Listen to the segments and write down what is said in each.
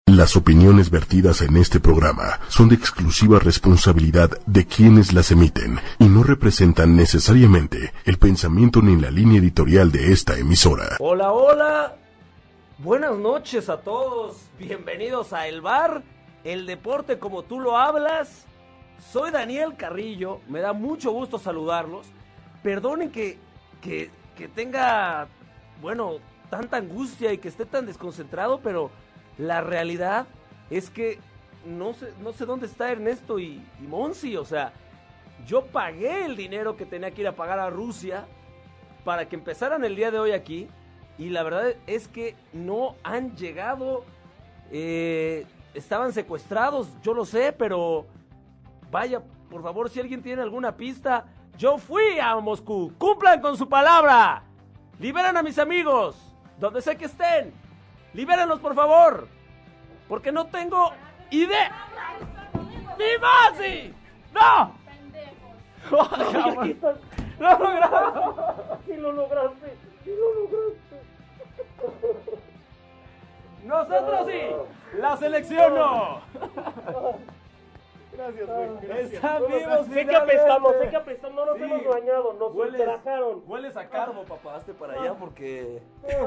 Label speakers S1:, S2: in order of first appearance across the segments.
S1: Las opiniones vertidas en este programa son de exclusiva responsabilidad de quienes las emiten y no representan necesariamente el pensamiento ni la línea editorial de esta emisora.
S2: Hola, hola, buenas noches a todos, bienvenidos a El Bar, el deporte como tú lo hablas. Soy Daniel Carrillo, me da mucho gusto saludarlos. Perdonen que tenga, tanta angustia y que esté tan desconcentrado, pero la realidad es que no sé dónde está Ernesto y Monsi. O sea, yo pagué el dinero que tenía que ir a pagar a Rusia para que empezaran el día de hoy aquí, y la verdad es que no han llegado. Estaban secuestrados, yo lo sé, pero vaya, por favor, si alguien tiene alguna pista. Yo fui a Moscú, cumplan con su palabra, liberan a mis amigos, donde sé que estén. ¡Libérenlos, por favor! Porque no tengo idea. ¡Mi Monsi! ¡No! ¡Pendejos! ¡Lo lograste! ¡Sí lo lograste! ¡Sí lo lograste! ¡Nosotros sí! ¡La selección no!
S3: Gracias, güey.
S2: Están vivos.
S3: Sé que apestamos, no nos hemos bañado, nos ultrajaron.
S2: Hueles a carbo, papá, hazte para allá porque...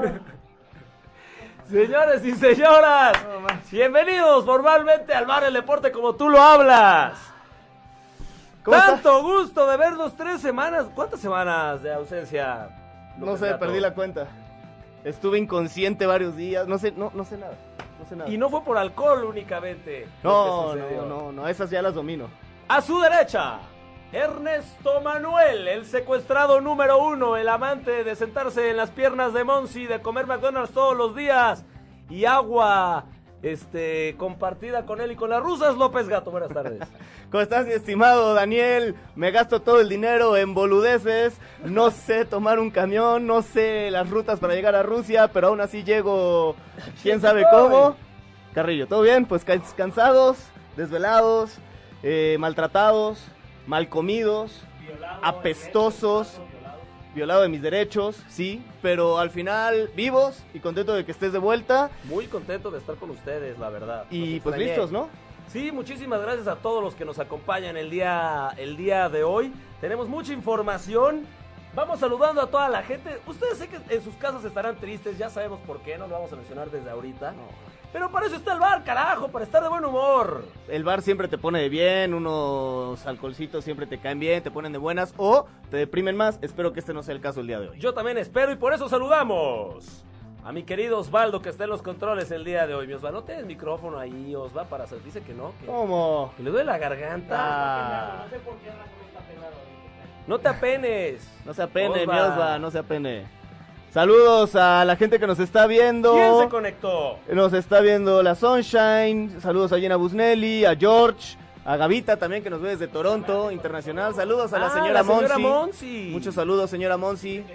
S2: Señores y señoras, bienvenidos formalmente al Bar El Deporte como tú lo hablas. Tanto gusto de verlos 3 semanas. ¿Cuántas semanas de ausencia?
S3: No sé, perdí la cuenta. Estuve inconsciente varios días, no sé nada.
S2: Y no fue por alcohol únicamente.
S3: No, esas ya las domino.
S2: A su derecha, Ernesto Manuel, el secuestrado número 1, el amante de sentarse en las piernas de Monsi, de comer McDonald's todos los días y agua compartida con él y con las rusas. López Gato, buenas tardes.
S3: ¿Cómo estás, mi estimado Daniel? Me gasto todo el dinero en boludeces, no sé tomar un camión, no sé las rutas para llegar a Rusia, pero aún así llego, quién sabe cómo. Carrillo, ¿todo bien? Pues cansados, desvelados, maltratados, mal comidos, apestosos, violado de mis derechos, sí, pero al final vivos y contento de que estés de vuelta.
S2: Muy contento de estar con ustedes, la verdad.
S3: Y pues listos, ¿no?
S2: Sí, muchísimas gracias a todos los que nos acompañan el día de hoy. Tenemos mucha información. Vamos saludando a toda la gente. Ustedes sé que en sus casas estarán tristes, ya sabemos por qué, no lo vamos a mencionar desde ahorita. No. Pero para eso está el bar, carajo, para estar de buen humor.
S3: El bar siempre te pone de bien, unos alcoholcitos siempre te caen bien, te ponen de buenas o te deprimen más. Espero que este no sea el caso el día de hoy.
S2: Yo también espero y por eso saludamos a mi querido Osvaldo, que está en los controles el día de hoy. Mi Osvaldo, no tienes micrófono ahí, Osvaldo, para hacer. Dice que no.
S3: ¿Cómo?
S2: Que le duele la garganta.
S3: No sé por qué anda con esta penado.
S2: No te apenes.
S3: No se apene, mi Osvaldo, no se apene. Saludos a la gente que nos está viendo.
S2: ¿Quién se conectó?
S3: Nos está viendo la Sunshine. Saludos a Gina Busnelli, a George, a Gavita también, que nos ve desde Toronto, internacional. Saludos a la señora
S2: Monsi.
S3: Muchos saludos, señora Monsi.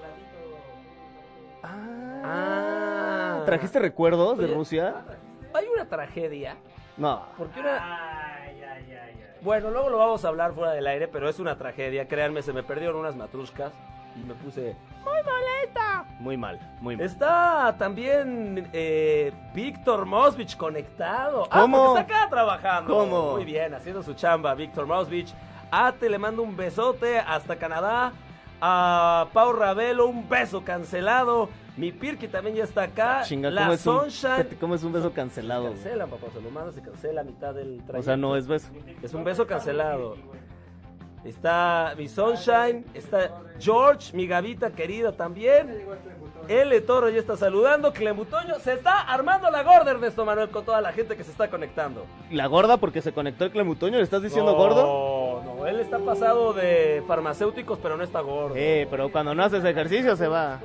S3: ¿Trajiste recuerdos de Rusia?
S2: ¿Hay una tragedia?
S3: No.
S2: Porque Bueno, luego lo vamos a hablar fuera del aire, pero es una tragedia. Créanme, se me perdieron unas matrushkas y me puse muy molesta.
S3: Muy mal.
S2: Está también Víctor Mosvich conectado.
S3: ¿Cómo?
S2: Porque está acá trabajando.
S3: ¿Cómo?
S2: Muy bien, haciendo su chamba, Víctor Mosvich. Te le mando un besote hasta Canadá. A Pau Ravelo, un beso cancelado. Mi Pirki también ya está acá.
S3: La
S2: Sunshine.
S3: ¿Cómo es un beso cancelado?
S2: Se cancela, papá, se lo manda, se cancela a mitad del trayecto.
S3: O sea, no es beso.
S2: Es un beso cancelado. Está mi Sunshine, está George, mi Gavita querida también. L. Toro ya está saludando. Clemutoño, se está armando la gorda, Ernesto Manuel, con toda la gente que se está conectando.
S3: ¿La gorda porque se conectó el Clemutoño? ¿Le estás diciendo gordo?
S2: No, él está pasado de farmacéuticos, pero no está gordo.
S3: Pero cuando no haces ejercicio se va.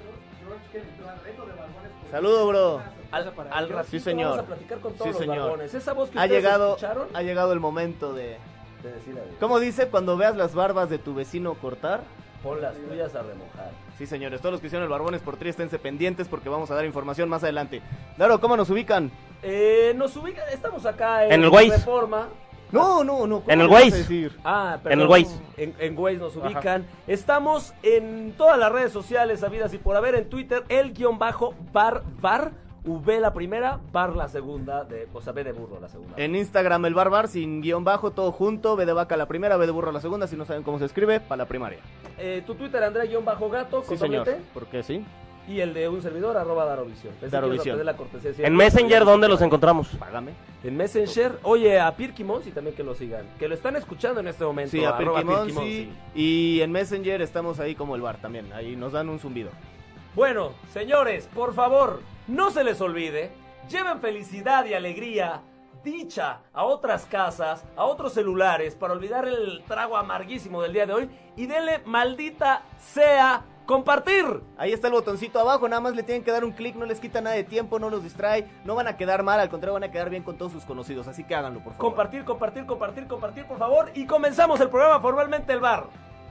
S3: Saludo, bro.
S2: Al ratito
S3: sí, señor.
S2: vamos a platicar con todos los
S3: señor.
S2: barbones. Esa voz que
S3: ha
S2: ustedes
S3: llegado,
S2: escucharon.
S3: ha llegado el momento de
S2: decir adiós.
S3: ¿Cómo dice? Cuando veas las barbas de tu vecino cortar,
S2: pon las tuyas a remojar.
S3: Sí, señores, todos los que hicieron el Barbones por 3 esténse pendientes porque vamos a dar información más adelante. Claro, ¿cómo nos ubican?
S2: Nos ubican, estamos acá
S3: en el Waze.
S2: Reforma.
S3: No.
S2: En el Waze. Perdón, en el Waze. En Waze nos ubican. Ajá. Estamos en todas las redes sociales habidas y por haber. En Twitter, el _bar V la primera, Bar la segunda, o sea, B de burro la segunda.
S3: En Instagram el barbar sin guión bajo, todo junto, B de vaca la primera, B de burro la segunda, si no saben cómo se escribe, para la primaria.
S2: Tu Twitter, Andrea-Gato,
S3: Sí, señor, porque sí.
S2: Y el de un servidor, @Darovisión.
S3: Darovisión.
S2: En
S4: Messenger, ¿dónde los encontramos?
S3: Págame.
S2: En Messenger, oye, a Pirkimons y también que lo sigan, que lo están escuchando en este momento.
S3: Sí, a Pirkimons,
S2: Pirkimons,
S3: sí. Y en Messenger estamos ahí como el bar también, ahí nos dan un zumbido.
S2: Bueno, señores, por favor, no se les olvide, lleven felicidad y alegría, dicha a otras casas, a otros celulares, para olvidar el trago amarguísimo del día de hoy, y denle maldita sea compartir.
S3: Ahí está el botoncito abajo, nada más le tienen que dar un clic, no les quita nada de tiempo, no los distrae, no van a quedar mal, al contrario van a quedar bien con todos sus conocidos, así que háganlo, por favor.
S2: Compartir, por favor, y comenzamos el programa formalmente, el bar.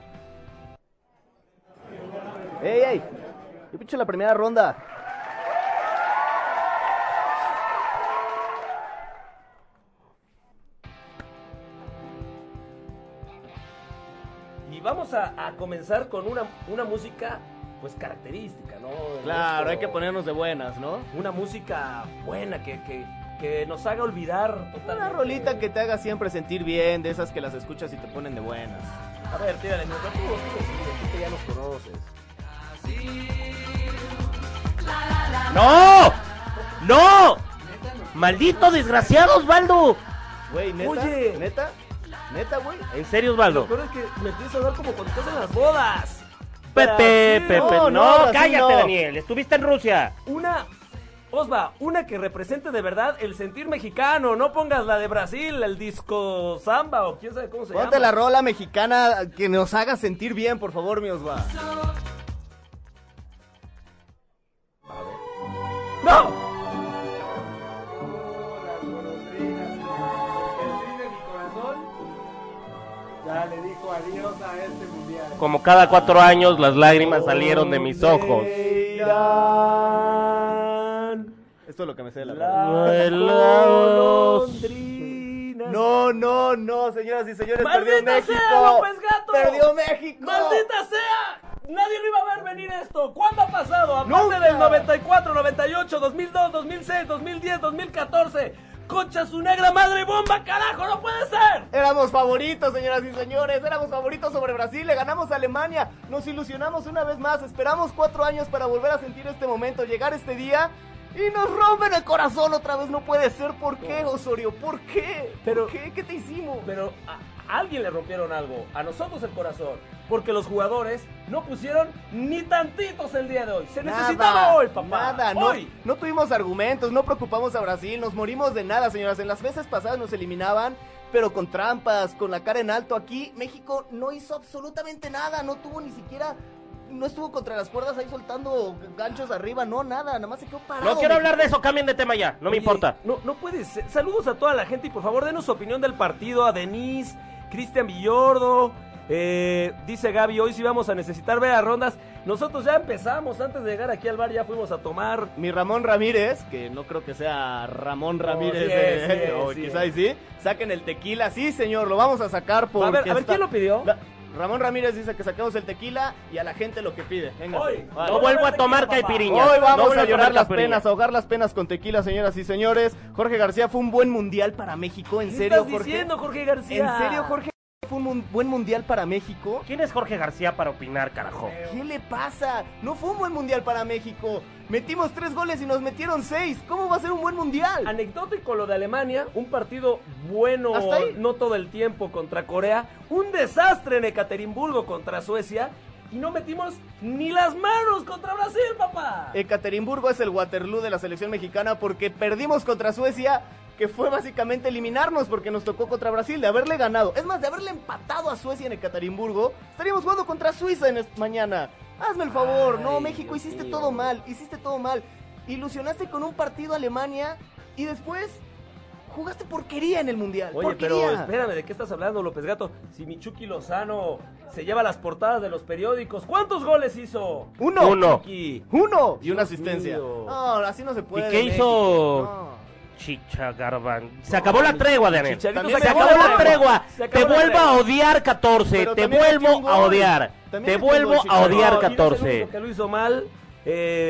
S3: ¡Ey! Yo picho la primera ronda.
S2: Y vamos a comenzar con una música, pues, característica, ¿no?
S3: Claro, hay que ponernos de buenas, ¿no?
S2: Una música buena que nos haga olvidar totalmente.
S3: Una rolita que te haga siempre sentir bien, de esas que las escuchas y te ponen de buenas.
S2: A ver, tírale, tú que ya nos conoces.
S4: ¡No! ¡No! ¡Maldito desgraciado, Osvaldo!
S3: Güey, ¿neta?
S2: Oye.
S3: ¿Neta, güey?
S4: ¿En serio, Osvaldo?
S2: Lo peor es que me empieza a dar como cuando estás en las bodas.
S4: Pepe,
S3: no,
S4: no,
S3: así
S4: cállate,
S3: no.
S4: Daniel. Estuviste en Rusia.
S2: Una que represente de verdad el sentir mexicano. No pongas la de Brasil, el disco samba o quién sabe cómo se
S3: Ponte
S2: llama.
S3: la rola mexicana que nos haga sentir bien, por favor, mi Osva.
S2: ¡No!
S5: Ya le dijo adiós a este mundial.
S4: Como cada 4 años, las lágrimas salieron de mis ojos.
S3: Esto es lo que me sé de la
S2: Las
S3: rola.
S2: golondrinas.
S3: No, señoras y señores, perdió
S2: ¡Maldita
S3: México.
S2: sea, López Gato!
S3: ¡Perdió México!
S2: ¡Maldita sea! Nadie lo iba a ver venir esto. ¿Cuándo ha pasado? Aparte
S3: Nunca.
S2: del 94, 98, 2002, 2006, 2010, 2014. ¡Concha su negra madre bomba, carajo! ¡No puede ser!
S3: Éramos favoritos, señoras y señores, éramos favoritos sobre Brasil, le ganamos a Alemania, nos ilusionamos una vez más, esperamos 4 años para volver a sentir este momento, llegar este día y nos rompen el corazón otra vez, no puede ser. ¿Por qué, Osorio? ¿Por qué?
S2: Pero-
S3: ¿Por qué? ¿Qué te hicimos?
S2: Pero a alguien le rompieron algo, a nosotros el corazón, porque los jugadores no pusieron ni tantitos el día de hoy. Se necesitaba hoy, papá.
S3: Nada,
S2: hoy.
S3: no tuvimos argumentos, no preocupamos a Brasil, nos morimos de nada, señoras. En las veces pasadas nos eliminaban, pero con trampas, con la cara en alto. Aquí México no hizo absolutamente nada, no tuvo ni siquiera, no estuvo contra las cuerdas ahí soltando ganchos arriba, no, nada más se quedó parado.
S4: No quiero hablar de
S3: México.
S4: eso, cambien de tema ya, no me
S2: Oye,
S4: importa.
S2: No puede ser. Saludos a toda la gente y por favor denos su opinión del partido, a Denise, Cristian Villordo. Dice Gaby, hoy sí vamos a necesitar ver a rondas. Nosotros ya empezamos, antes de llegar aquí al bar ya fuimos a tomar.
S3: Mi Ramón Ramírez, que no creo que sea Ramón Ramírez,
S2: sí es,
S3: o
S2: sí
S3: quizás
S2: es.
S3: sí, saquen el tequila, sí señor, lo vamos a sacar porque
S2: A ver, ¿quién lo pidió?
S3: Ramón Ramírez dice que saquemos el tequila y a la gente lo que pide. Venga.
S2: Hoy.
S3: Vale.
S4: No vuelvo a tomar
S2: Papá.
S4: caipiriña.
S3: Hoy vamos
S4: No vuelvo
S3: a llorar
S4: tomar
S3: las
S4: caipiriña.
S3: penas, a ahogar las penas con tequila, señoras y señores. Jorge García fue un buen mundial para México, ¿en
S2: ¿Qué
S3: serio,
S2: estás
S3: Jorge?
S2: diciendo, Jorge García?
S3: ¿En serio, Jorge? ¿Fue un buen mundial para México?
S4: ¿Quién es Jorge García para opinar, carajo?
S3: ¿Qué le pasa? No fue un buen mundial para México. Metimos 3 goles y nos metieron 6. ¿Cómo va a ser un buen mundial?
S2: Anecdótico lo de Alemania, un partido bueno,
S3: ¿Hasta ahí?
S2: no todo el tiempo contra Corea, un desastre en Ekaterimburgo contra Suecia y no metimos ni las manos contra Brasil, papá.
S3: Ekaterimburgo es el Waterloo de la selección mexicana porque perdimos contra Suecia, que fue básicamente eliminarnos porque nos tocó contra Brasil, de haberle ganado. Es más, de haberle empatado a Suecia en Ekaterimburgo, estaríamos jugando contra Suiza mañana. Hazme el favor.
S2: Ay,
S3: No, México,
S2: Dios
S3: hiciste
S2: mío.
S3: todo mal, hiciste todo mal. Ilusionaste con un partido a Alemania y después jugaste porquería en el Mundial.
S2: Oye,
S3: porquería.
S2: pero espérame, ¿de qué estás hablando, López Gato? Si Michuki Lozano se lleva las portadas de los periódicos, ¿cuántos goles hizo?
S3: Uno.
S2: Chucky.
S3: Uno y una
S2: Dios
S3: asistencia.
S2: mío.
S3: No, así no se puede.
S4: ¿Y qué
S3: México.
S4: hizo?
S3: No.
S4: Chicha Garban. Se acabó la tregua, Daniel.
S2: Chicharito
S3: También
S4: Se acabó la tregua.
S2: Se acabó
S4: Te
S2: la
S4: vuelvo
S2: tregua.
S4: a odiar 14.
S3: Pero
S4: Te
S3: también metió un
S4: vuelvo a
S3: gol.
S4: odiar.
S3: También
S4: Te
S3: metió un
S4: vuelvo
S3: gol,
S4: a
S3: Chicharito.
S4: odiar
S2: No, ¿quién es el
S4: 14.
S2: único que lo hizo mal?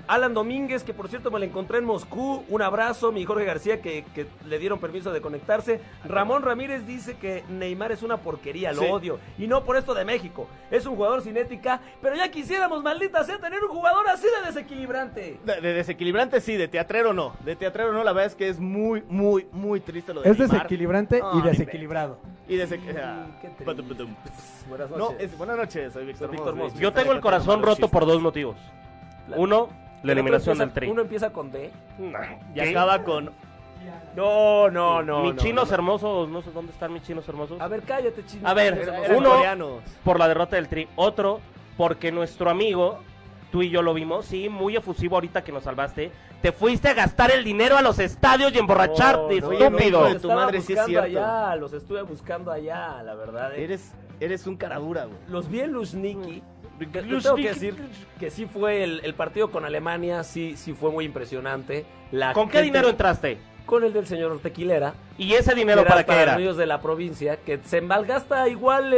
S2: Alan Domínguez, que por cierto me lo encontré en Moscú, un abrazo. Mi Jorge García, que le dieron permiso de conectarse. Ramón Ramírez dice que Neymar es una porquería, lo odio. Y no por esto de México, es un jugador sin ética, pero ya quisiéramos, maldita sea, tener un jugador así de desequilibrante.
S3: De desequilibrante sí, de teatrero no. De teatrero no, la verdad es que es muy, muy, muy triste lo de
S5: Es
S3: Neymar.
S5: desequilibrante y desequilibrado.
S3: Y
S2: Qué triste. Buenas noches.
S3: Buenas noches, soy Víctor Mos.
S4: Yo tengo el corazón roto por dos motivos. Uno, la eliminación del Tri.
S2: Uno empieza con D.
S3: Y acaba con...
S2: No.
S4: Mis chinos hermosos, no sé dónde están mis chinos hermosos.
S2: A ver, cállate, chino.
S4: A ver,
S3: Eran
S4: uno,
S3: coreanos.
S4: por la derrota del Tri. Otro, porque nuestro amigo, tú y yo lo vimos, sí, muy efusivo ahorita que nos salvaste. Te fuiste a gastar el dinero a los estadios y emborracharte,
S3: No,
S4: estúpido.
S3: de tu madre, sí es cierto.
S2: Allá, los estuve buscando allá, la verdad.
S3: Eres un caradura, güey.
S2: Los vi en Luzhniki. Tengo que decir que sí fue el partido con Alemania, sí fue muy impresionante.
S4: ¿Con qué dinero entraste?
S2: Con el del señor Tequilera.
S4: ¿Y ese dinero para qué era?
S2: Los niños de la provincia, que se malgasta igual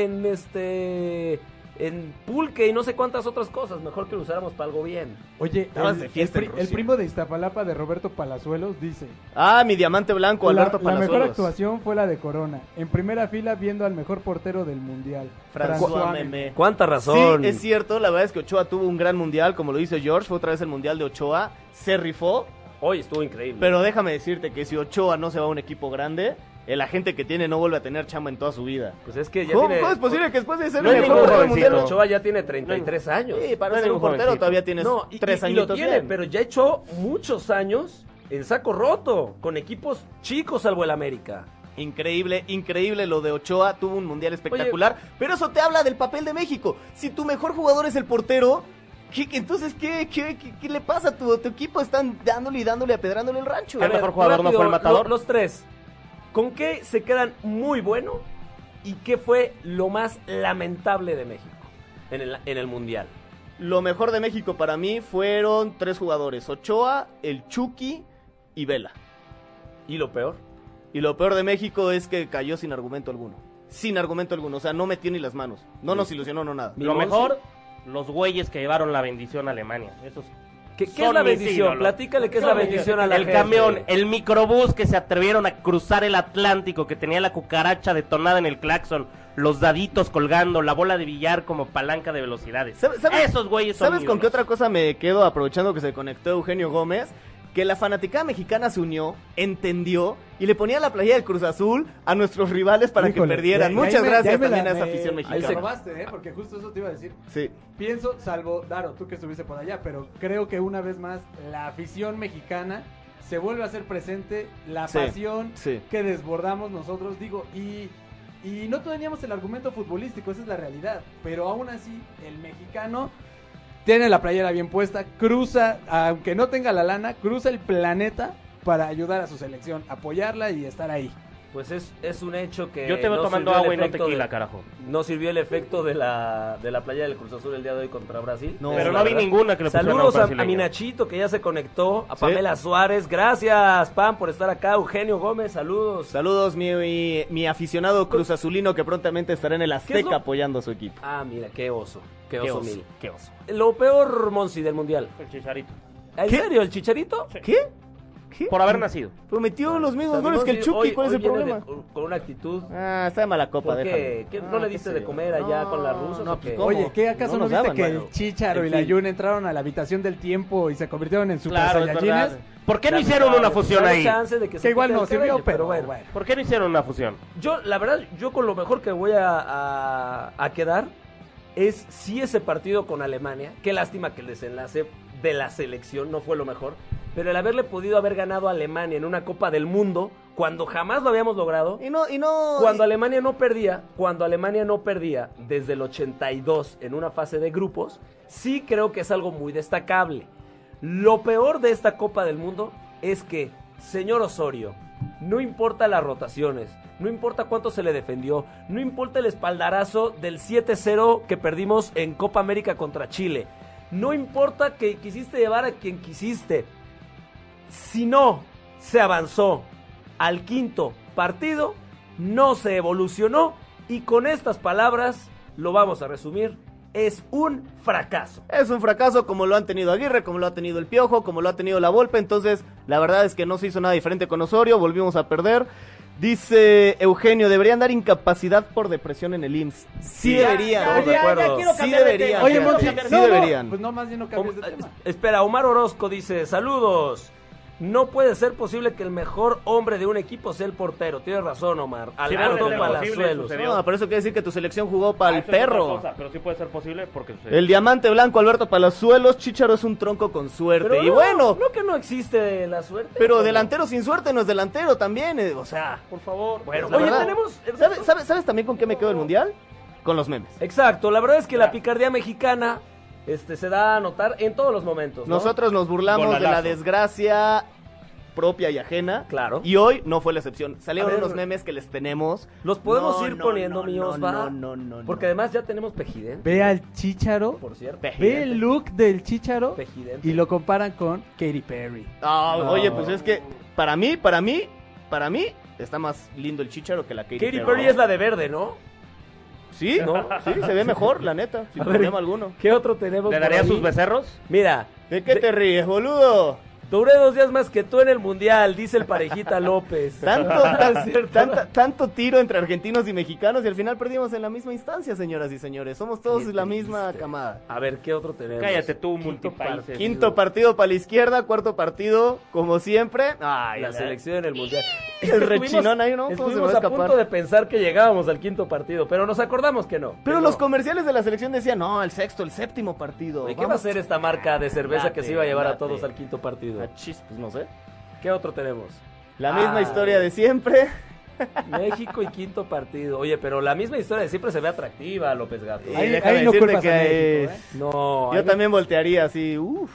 S2: en pulque y no sé cuántas otras cosas. Mejor que lo usáramos para algo bien.
S5: Oye,
S3: Estabas de fiesta en Rusia.
S5: el primo de Iztapalapa de Roberto Palazuelos dice:
S3: Ah, mi diamante blanco, Alberto
S5: la
S3: Palazuelos.
S5: mejor actuación fue la de Corona, en primera fila viendo al mejor portero del mundial,
S3: François Memé.
S2: ¿Cuánta razón?
S3: Sí, es cierto, la verdad es que Ochoa tuvo un gran mundial, como lo dice George, fue otra vez el mundial de Ochoa, se rifó,
S2: Hoy estuvo increíble.
S3: pero déjame decirte que si Ochoa no se va a un equipo grande, el agente que tiene no vuelve a tener chamba en toda su vida.
S2: Pues es que ya
S3: ¿Cómo
S2: tiene...
S3: es posible que después de ser
S4: No
S3: el
S4: hay
S3: mejor
S4: ningún
S3: portero del
S4: jovencito.
S3: mundial,
S2: Ochoa ya tiene 33 años.
S3: Sí, para
S4: No hay
S3: ser un
S4: ningún
S3: portero
S4: jovencito.
S3: todavía tienes
S2: No,
S3: 3
S2: y lo
S3: añitos
S2: tiene,
S3: bien.
S2: pero ya echó muchos años en saco roto, con equipos chicos salvo el América.
S3: Increíble, increíble lo de Ochoa, tuvo un mundial espectacular, pero eso te habla del papel de México. Si tu mejor jugador es el portero, entonces ¿qué le pasa a tu equipo? Están dándole, apedrándole el rancho.
S4: El mejor jugador no fue el matador.
S2: Los tres, ¿con qué se quedan muy bueno y qué fue lo más lamentable de México en el Mundial?
S3: Lo mejor de México para mí fueron 3 jugadores, Ochoa, el Chucky y Vela.
S2: ¿Y lo peor?
S3: Y lo peor de México es que cayó sin argumento alguno. Sin argumento alguno, o sea, no metió ni las manos. No nos ilusionó, no nada.
S4: Lo mejor, los güeyes que llevaron la bendición a Alemania. Esos
S2: ¿Qué es
S4: son
S2: la
S4: mis
S2: bendición?
S4: ídolos.
S2: Platícale qué es la bendición a la
S4: El
S2: gente.
S4: camión, el microbús que se atrevieron a cruzar el Atlántico, que tenía la cucaracha detonada en el claxon, los daditos colgando, la bola de billar como palanca de velocidades. Esos güeyes son
S3: ¿Sabes con
S4: ídolos.
S3: qué otra cosa me quedo aprovechando que se conectó Eugenio Gómez? Que la fanaticada mexicana se unió, entendió y le ponía la playera del Cruz Azul a nuestros rivales para
S5: Híjole,
S3: que perdieran.
S5: ya- ya
S3: Muchas
S5: me-
S3: gracias
S5: ya me
S3: también
S5: la-
S3: a esa
S5: me-
S3: afición
S5: ahí
S3: mexicana.
S5: se robaste, porque justo eso te iba a decir.
S3: Sí.
S5: Pienso, salvo Daro, tú que estuviste por allá, pero creo que una vez más la afición mexicana se vuelve a hacer presente, la
S3: Sí,
S5: pasión
S3: sí.
S5: que desbordamos nosotros, digo, y no teníamos el argumento futbolístico, esa es la realidad, pero aún así el mexicano tiene la playera bien puesta, cruza, aunque no tenga la lana, cruza el planeta para ayudar a su selección, apoyarla y estar ahí.
S2: Pues es un hecho que
S4: Yo te veo
S2: no
S4: tomando
S2: sirvió el
S4: agua y no
S2: efecto
S4: tequila,
S2: de-
S4: carajo.
S2: No sirvió el efecto de la playa del Cruz Azul el día de hoy contra Brasil.
S3: No,
S4: Pero
S2: la
S4: no vi
S2: verdad.
S4: ninguna que le pusieran
S2: Saludos
S4: un
S2: a
S4: brasileño.
S2: mi Nachito que ya se conectó, a
S3: Sí.
S2: Pamela Suárez, gracias Pam por estar acá, Eugenio Gómez, saludos.
S3: Saludos, mi aficionado Cruz Azulino que prontamente estará en el
S2: ¿Qué es
S3: Azteca
S2: lo-
S3: apoyando a su equipo.
S2: Ah, mira, qué oso mil.
S4: Qué oso.
S2: Lo peor, Monsi, del Mundial.
S4: El Chicharito.
S2: ¿En
S3: ¿Qué?
S2: serio, el Chicharito?
S3: ¿Qué? ¿Qué?
S4: Por haber nacido.
S3: Prometió los mismos
S2: O sea,
S3: goles que el
S2: Monsi,
S3: Chucky,
S2: hoy-
S3: ¿cuál es
S2: hoy
S3: el
S2: viene
S3: problema?
S2: con una actitud.
S3: Ah, está de mala copa,
S2: ¿Por qué?
S3: déjalo.
S2: ¿Qué, ¿No le diste de comer allá con las rusas
S3: no,
S2: o qué?
S3: pues, ¿cómo?
S5: Oye, ¿qué acaso
S3: No
S5: no,
S3: nos
S5: viste
S3: daban,
S5: que
S3: bueno.
S5: el Chícharo
S3: En
S5: y la
S3: fin.
S5: Jun entraron a la habitación del tiempo y se convirtieron en super
S4: Claro, es
S5: saiyajines?
S4: verdad. ¿Por qué no hicieron una fusión
S2: Dale
S4: ahí?
S2: chance de que se
S5: Que igual
S2: quite
S5: no
S2: el
S5: sirvió,
S2: cabello,
S5: pero
S2: bueno.
S5: bueno.
S4: ¿Por qué no hicieron una fusión?
S2: Yo, la verdad, yo con lo mejor que voy a quedar es sí ese partido con Alemania. Qué lástima que el desenlace de la selección no fue lo mejor. Pero el haberle podido haber ganado a Alemania en una Copa del Mundo, cuando jamás lo habíamos logrado,
S3: Y no...
S2: cuando Alemania no perdía desde el 82 en una fase de grupos, sí creo que es algo muy destacable. Lo peor de esta Copa del Mundo es que, señor Osorio, no importa las rotaciones, no importa cuánto se le defendió, no importa el espaldarazo del 7-0 que perdimos en Copa América contra Chile, no importa que quisiste llevar a quien quisiste, si no se avanzó al quinto partido, no se evolucionó y con estas palabras lo vamos a resumir, es un fracaso.
S3: Es un fracaso como lo han tenido Aguirre, como lo ha tenido el Piojo, como lo ha tenido la Volpe. Entonces, la verdad es que no se hizo nada diferente con Osorio, volvimos a perder. Dice Eugenio, deberían dar incapacidad por depresión en el IMSS. Sí deberían. Sí deberían.
S5: Oye, Monty,
S3: sí deberían.
S5: Pues no, más bien no cambies de tema.
S2: Espera, Omar Orozco dice, saludos. No puede ser posible que el mejor hombre de un equipo sea el portero. Tienes razón, Omar. Alberto Palazuelos.
S3: No, por eso quiere decir que tu selección jugó para el perro.
S4: Pero sí puede ser posible porque
S3: El diamante blanco, Alberto Palazuelos. Chícharo es un tronco con suerte.
S2: Pero
S3: y bueno,
S2: no que no existe la suerte.
S3: pero delantero sin suerte no es delantero también. O sea,
S2: por favor.
S3: Bueno,
S2: Oye,
S3: verdad,
S2: tenemos...
S3: ¿Sabes también con qué me quedo el mundial? Con los memes.
S2: Exacto, la verdad es que la picardía mexicana se da a notar en todos los momentos, ¿no?
S3: Nosotros nos burlamos de la desgracia propia y ajena.
S2: Claro.
S3: Y hoy no fue la excepción. Salieron
S2: A ver,
S3: unos memes que les tenemos.
S2: Los podemos ir poniendo, mi Osva.
S3: No.
S2: Porque además ya tenemos Pejiden.
S5: Ve al Chícharo,
S2: Por cierto.
S5: ve el look del Chícharo
S2: Pejiden.
S5: y lo comparan con Katy Perry.
S3: Oye, pues es que para mí está más lindo el Chícharo que la Katy
S2: Katy Perry es la de verde, ¿no?
S3: Sí, sí, se ve mejor, la neta, sin problema alguno.
S2: ¿Qué otro tenemos?
S4: ¿Le
S2: por
S4: daría
S2: ahí?
S4: sus becerros?
S2: Mira,
S3: ¿De qué te ríes, boludo?
S2: duré 2 días más que tú en el Mundial, dice el Parejita López.
S3: Tanto tiro entre argentinos y mexicanos y al final perdimos en la misma instancia, señoras y señores. Somos todos
S2: Qué
S3: la
S2: triste.
S3: misma camada.
S2: A ver, ¿qué otro tenemos?
S4: Cállate tú, multipaíses.
S3: Quinto partido para la izquierda, cuarto partido, como siempre. Ay,
S2: La selección en el Mundial.
S3: El rechinón ahí, ¿no? ¿Cómo se me va
S2: Estuvimos
S3: a
S2: a punto
S3: escapar?
S2: de pensar que llegábamos al quinto partido, pero nos acordamos que no.
S3: Pero
S2: Que
S3: los
S2: no.
S3: comerciales de la selección decían, no, el sexto, el séptimo partido.
S2: ¿Y qué va a hacer esta marca de cerveza que se iba a llevar a
S3: Late.
S2: todos al quinto partido?
S3: Pues no sé.
S2: ¿Qué otro tenemos?
S3: La misma historia de siempre.
S2: México y quinto partido. Oye, pero la misma historia de siempre se ve atractiva, López Gato.
S5: Ahí
S3: déjame
S5: no
S3: decirte
S5: culpas a México,
S2: No.
S3: Yo también voltearía así, uff.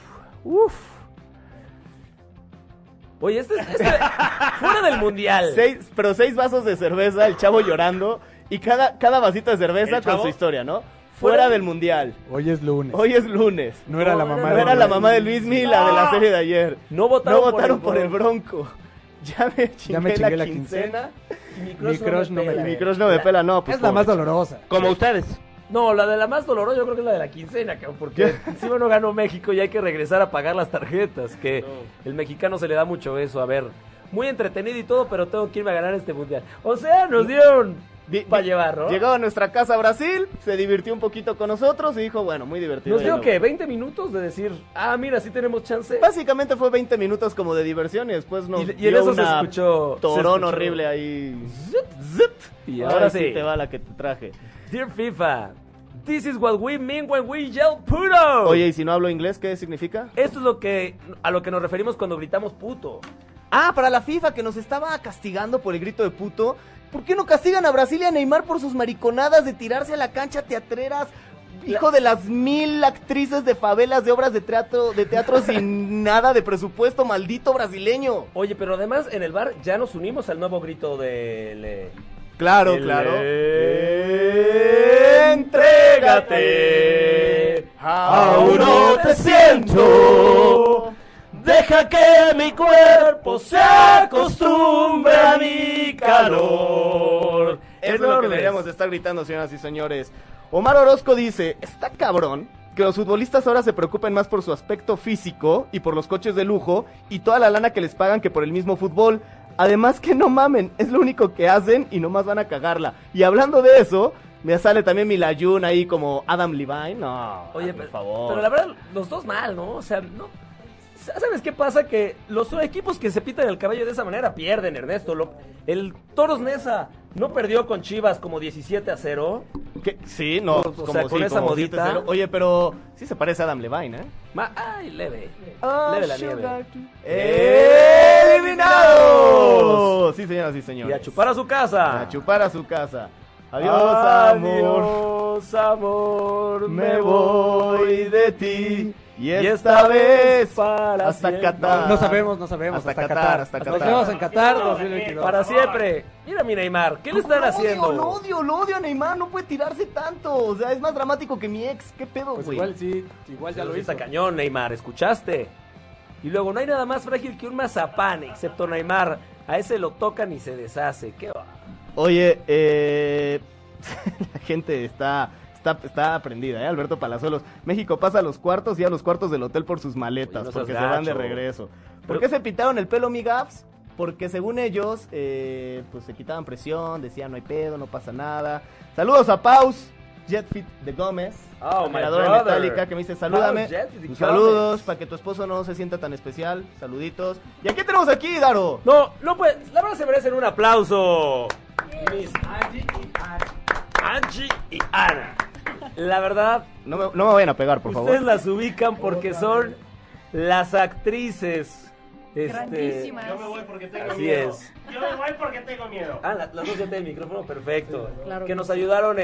S2: Oye, fuera del Mundial.
S3: 6 vasos de cerveza, el chavo llorando, y cada vasito de cerveza
S4: ¿El
S3: con
S4: chavo?
S3: su historia, ¿no? Fuera del mundial.
S5: Hoy es lunes.
S3: Hoy es lunes.
S5: No era la mamá
S3: No
S5: de
S3: era la mamá de Luismi, la de la serie de ayer.
S2: No votaron,
S3: por el Bronco. Ya me chingué la quincena.
S2: Y mi
S5: Mi crush no me
S2: pela.
S5: la-
S3: Mi crush no me pela, no. Pues
S5: es la más
S3: pobre.
S5: dolorosa.
S4: Como ustedes.
S2: No, la de la más dolorosa yo creo que es la de la quincena, cabrón, porque encima no ganó México y hay que regresar a pagar las tarjetas, que el mexicano se le da mucho eso. A ver, muy entretenido y todo, pero tengo que irme a ganar este mundial. O sea, nos dieron para llevar, ¿no?
S3: Llegó a nuestra casa a Brasil, se divirtió un poquito con nosotros y dijo, bueno, muy divertido.
S2: Nos dio, ¿qué? 20 minutos de decir, mira, sí tenemos chance.
S3: Básicamente fue 20 minutos como de diversión y después nos
S2: Y en
S3: dio
S2: eso se
S3: una
S2: escuchó.
S3: torón horrible ahí.
S2: Y
S3: Ahora
S2: ahora
S3: sí
S2: sí.
S3: te va la que te traje.
S2: Dear FIFA, this is what we mean when we yell puto.
S3: Oye, y si no hablo inglés, ¿qué significa?
S2: Esto es a lo que nos referimos cuando gritamos puto.
S3: Para la FIFA que nos estaba castigando por el grito de puto. ¿Por qué no castigan a Brasil y a Neymar por sus mariconadas de tirarse a la cancha teatreras? Hijo de las 1000 actrices de favelas de obras de teatro sin nada de presupuesto, maldito brasileño.
S2: Oye, pero además en el bar ya nos unimos al nuevo grito de...
S3: Claro,
S2: Entrégate,
S3: aún no te siento.
S2: Deja que mi cuerpo se acostumbre a mi calor.
S3: Eso es lo que deberíamos de estar gritando, señoras y señores. Omar Orozco dice, está cabrón que los futbolistas ahora se preocupen más por su aspecto físico y por los coches de lujo y toda la lana que les pagan que por el mismo fútbol. Además que no mamen, es lo único que hacen y nomás van a cagarla. Y hablando de eso, me sale también mi Layun ahí como Adam Levine. No,
S2: Oye,
S3: por
S2: pero,
S3: favor.
S2: pero la verdad, los dos mal, ¿no? O sea, no... ¿Sabes qué pasa? Que los equipos que se pitan el cabello de esa manera pierden, Ernesto. El Toros Neza no perdió con Chivas como 17-0.
S3: ¿Qué? Sí, no,
S2: O sea, con esa modita.
S3: 7-0. Oye, pero sí se parece a Adam Levine, ¿eh?
S2: Ay, leve.
S3: Oh,
S2: Leve la nieve.
S3: ¡Eliminado! Sí, señoras y
S2: Y
S3: señores.
S2: a chupar a su casa.
S3: A chupar a su casa. Adiós, amor.
S2: Adiós, amor.
S3: Me voy de ti. Y esta vez
S2: para
S3: hasta
S2: siempre.
S3: Qatar.
S5: No sabemos.
S3: Hasta
S5: Hasta
S3: Qatar,
S5: Qatar.
S3: hasta
S5: Nos
S3: Qatar.
S5: vemos en Qatar 2022.
S2: Para siempre. Mira mi Neymar. ¿Qué le están haciendo?
S3: Lo odio a Neymar. No puede tirarse tanto. O sea, es más dramático que mi ex. ¿Qué pedo,
S5: Pues
S3: güey?
S5: igual sí, igual ya
S2: Pero
S5: lo
S2: sí
S5: hizo.
S2: está cañón, Neymar. ¿Escuchaste? Y luego no hay nada más frágil que un mazapán, excepto Neymar. A ese lo tocan y se deshace. ¿Qué va?
S3: Oye, la gente está está aprendida, Alberto Palazuelos. México pasa a los cuartos y a los cuartos del hotel por sus maletas,
S2: Oye, no
S3: porque
S2: seas
S3: se van de
S2: gacho.
S3: regreso. ¿Por qué se pintaron el pelo, mi Gaps? Porque según ellos, pues se quitaban presión, decían no hay pedo, no pasa nada. Saludos a Paus, Jetfit de Gómez,
S2: Oh, my
S3: operadora
S2: brother.
S3: metálica, que me dice salúdame.
S2: Paus Jetfit de
S3: Tus
S2: Gómez.
S3: saludos, para que tu esposo no se sienta tan especial. Saluditos. ¿Y a qué tenemos aquí, Daro?
S2: No, pues, la verdad se merecen un aplauso. Miss Angie y Ana. La verdad,
S3: No me vayan a pegar, por favor.
S2: ustedes las ubican porque son las actrices.
S6: Grandísimas.
S4: Yo me voy porque tengo
S2: Así
S4: miedo.
S2: es.
S4: Yo me voy porque tengo miedo.
S2: Las dos ya tienen micrófono perfecto.
S6: Claro
S2: que
S6: que
S2: nos
S6: sí.
S2: ayudaron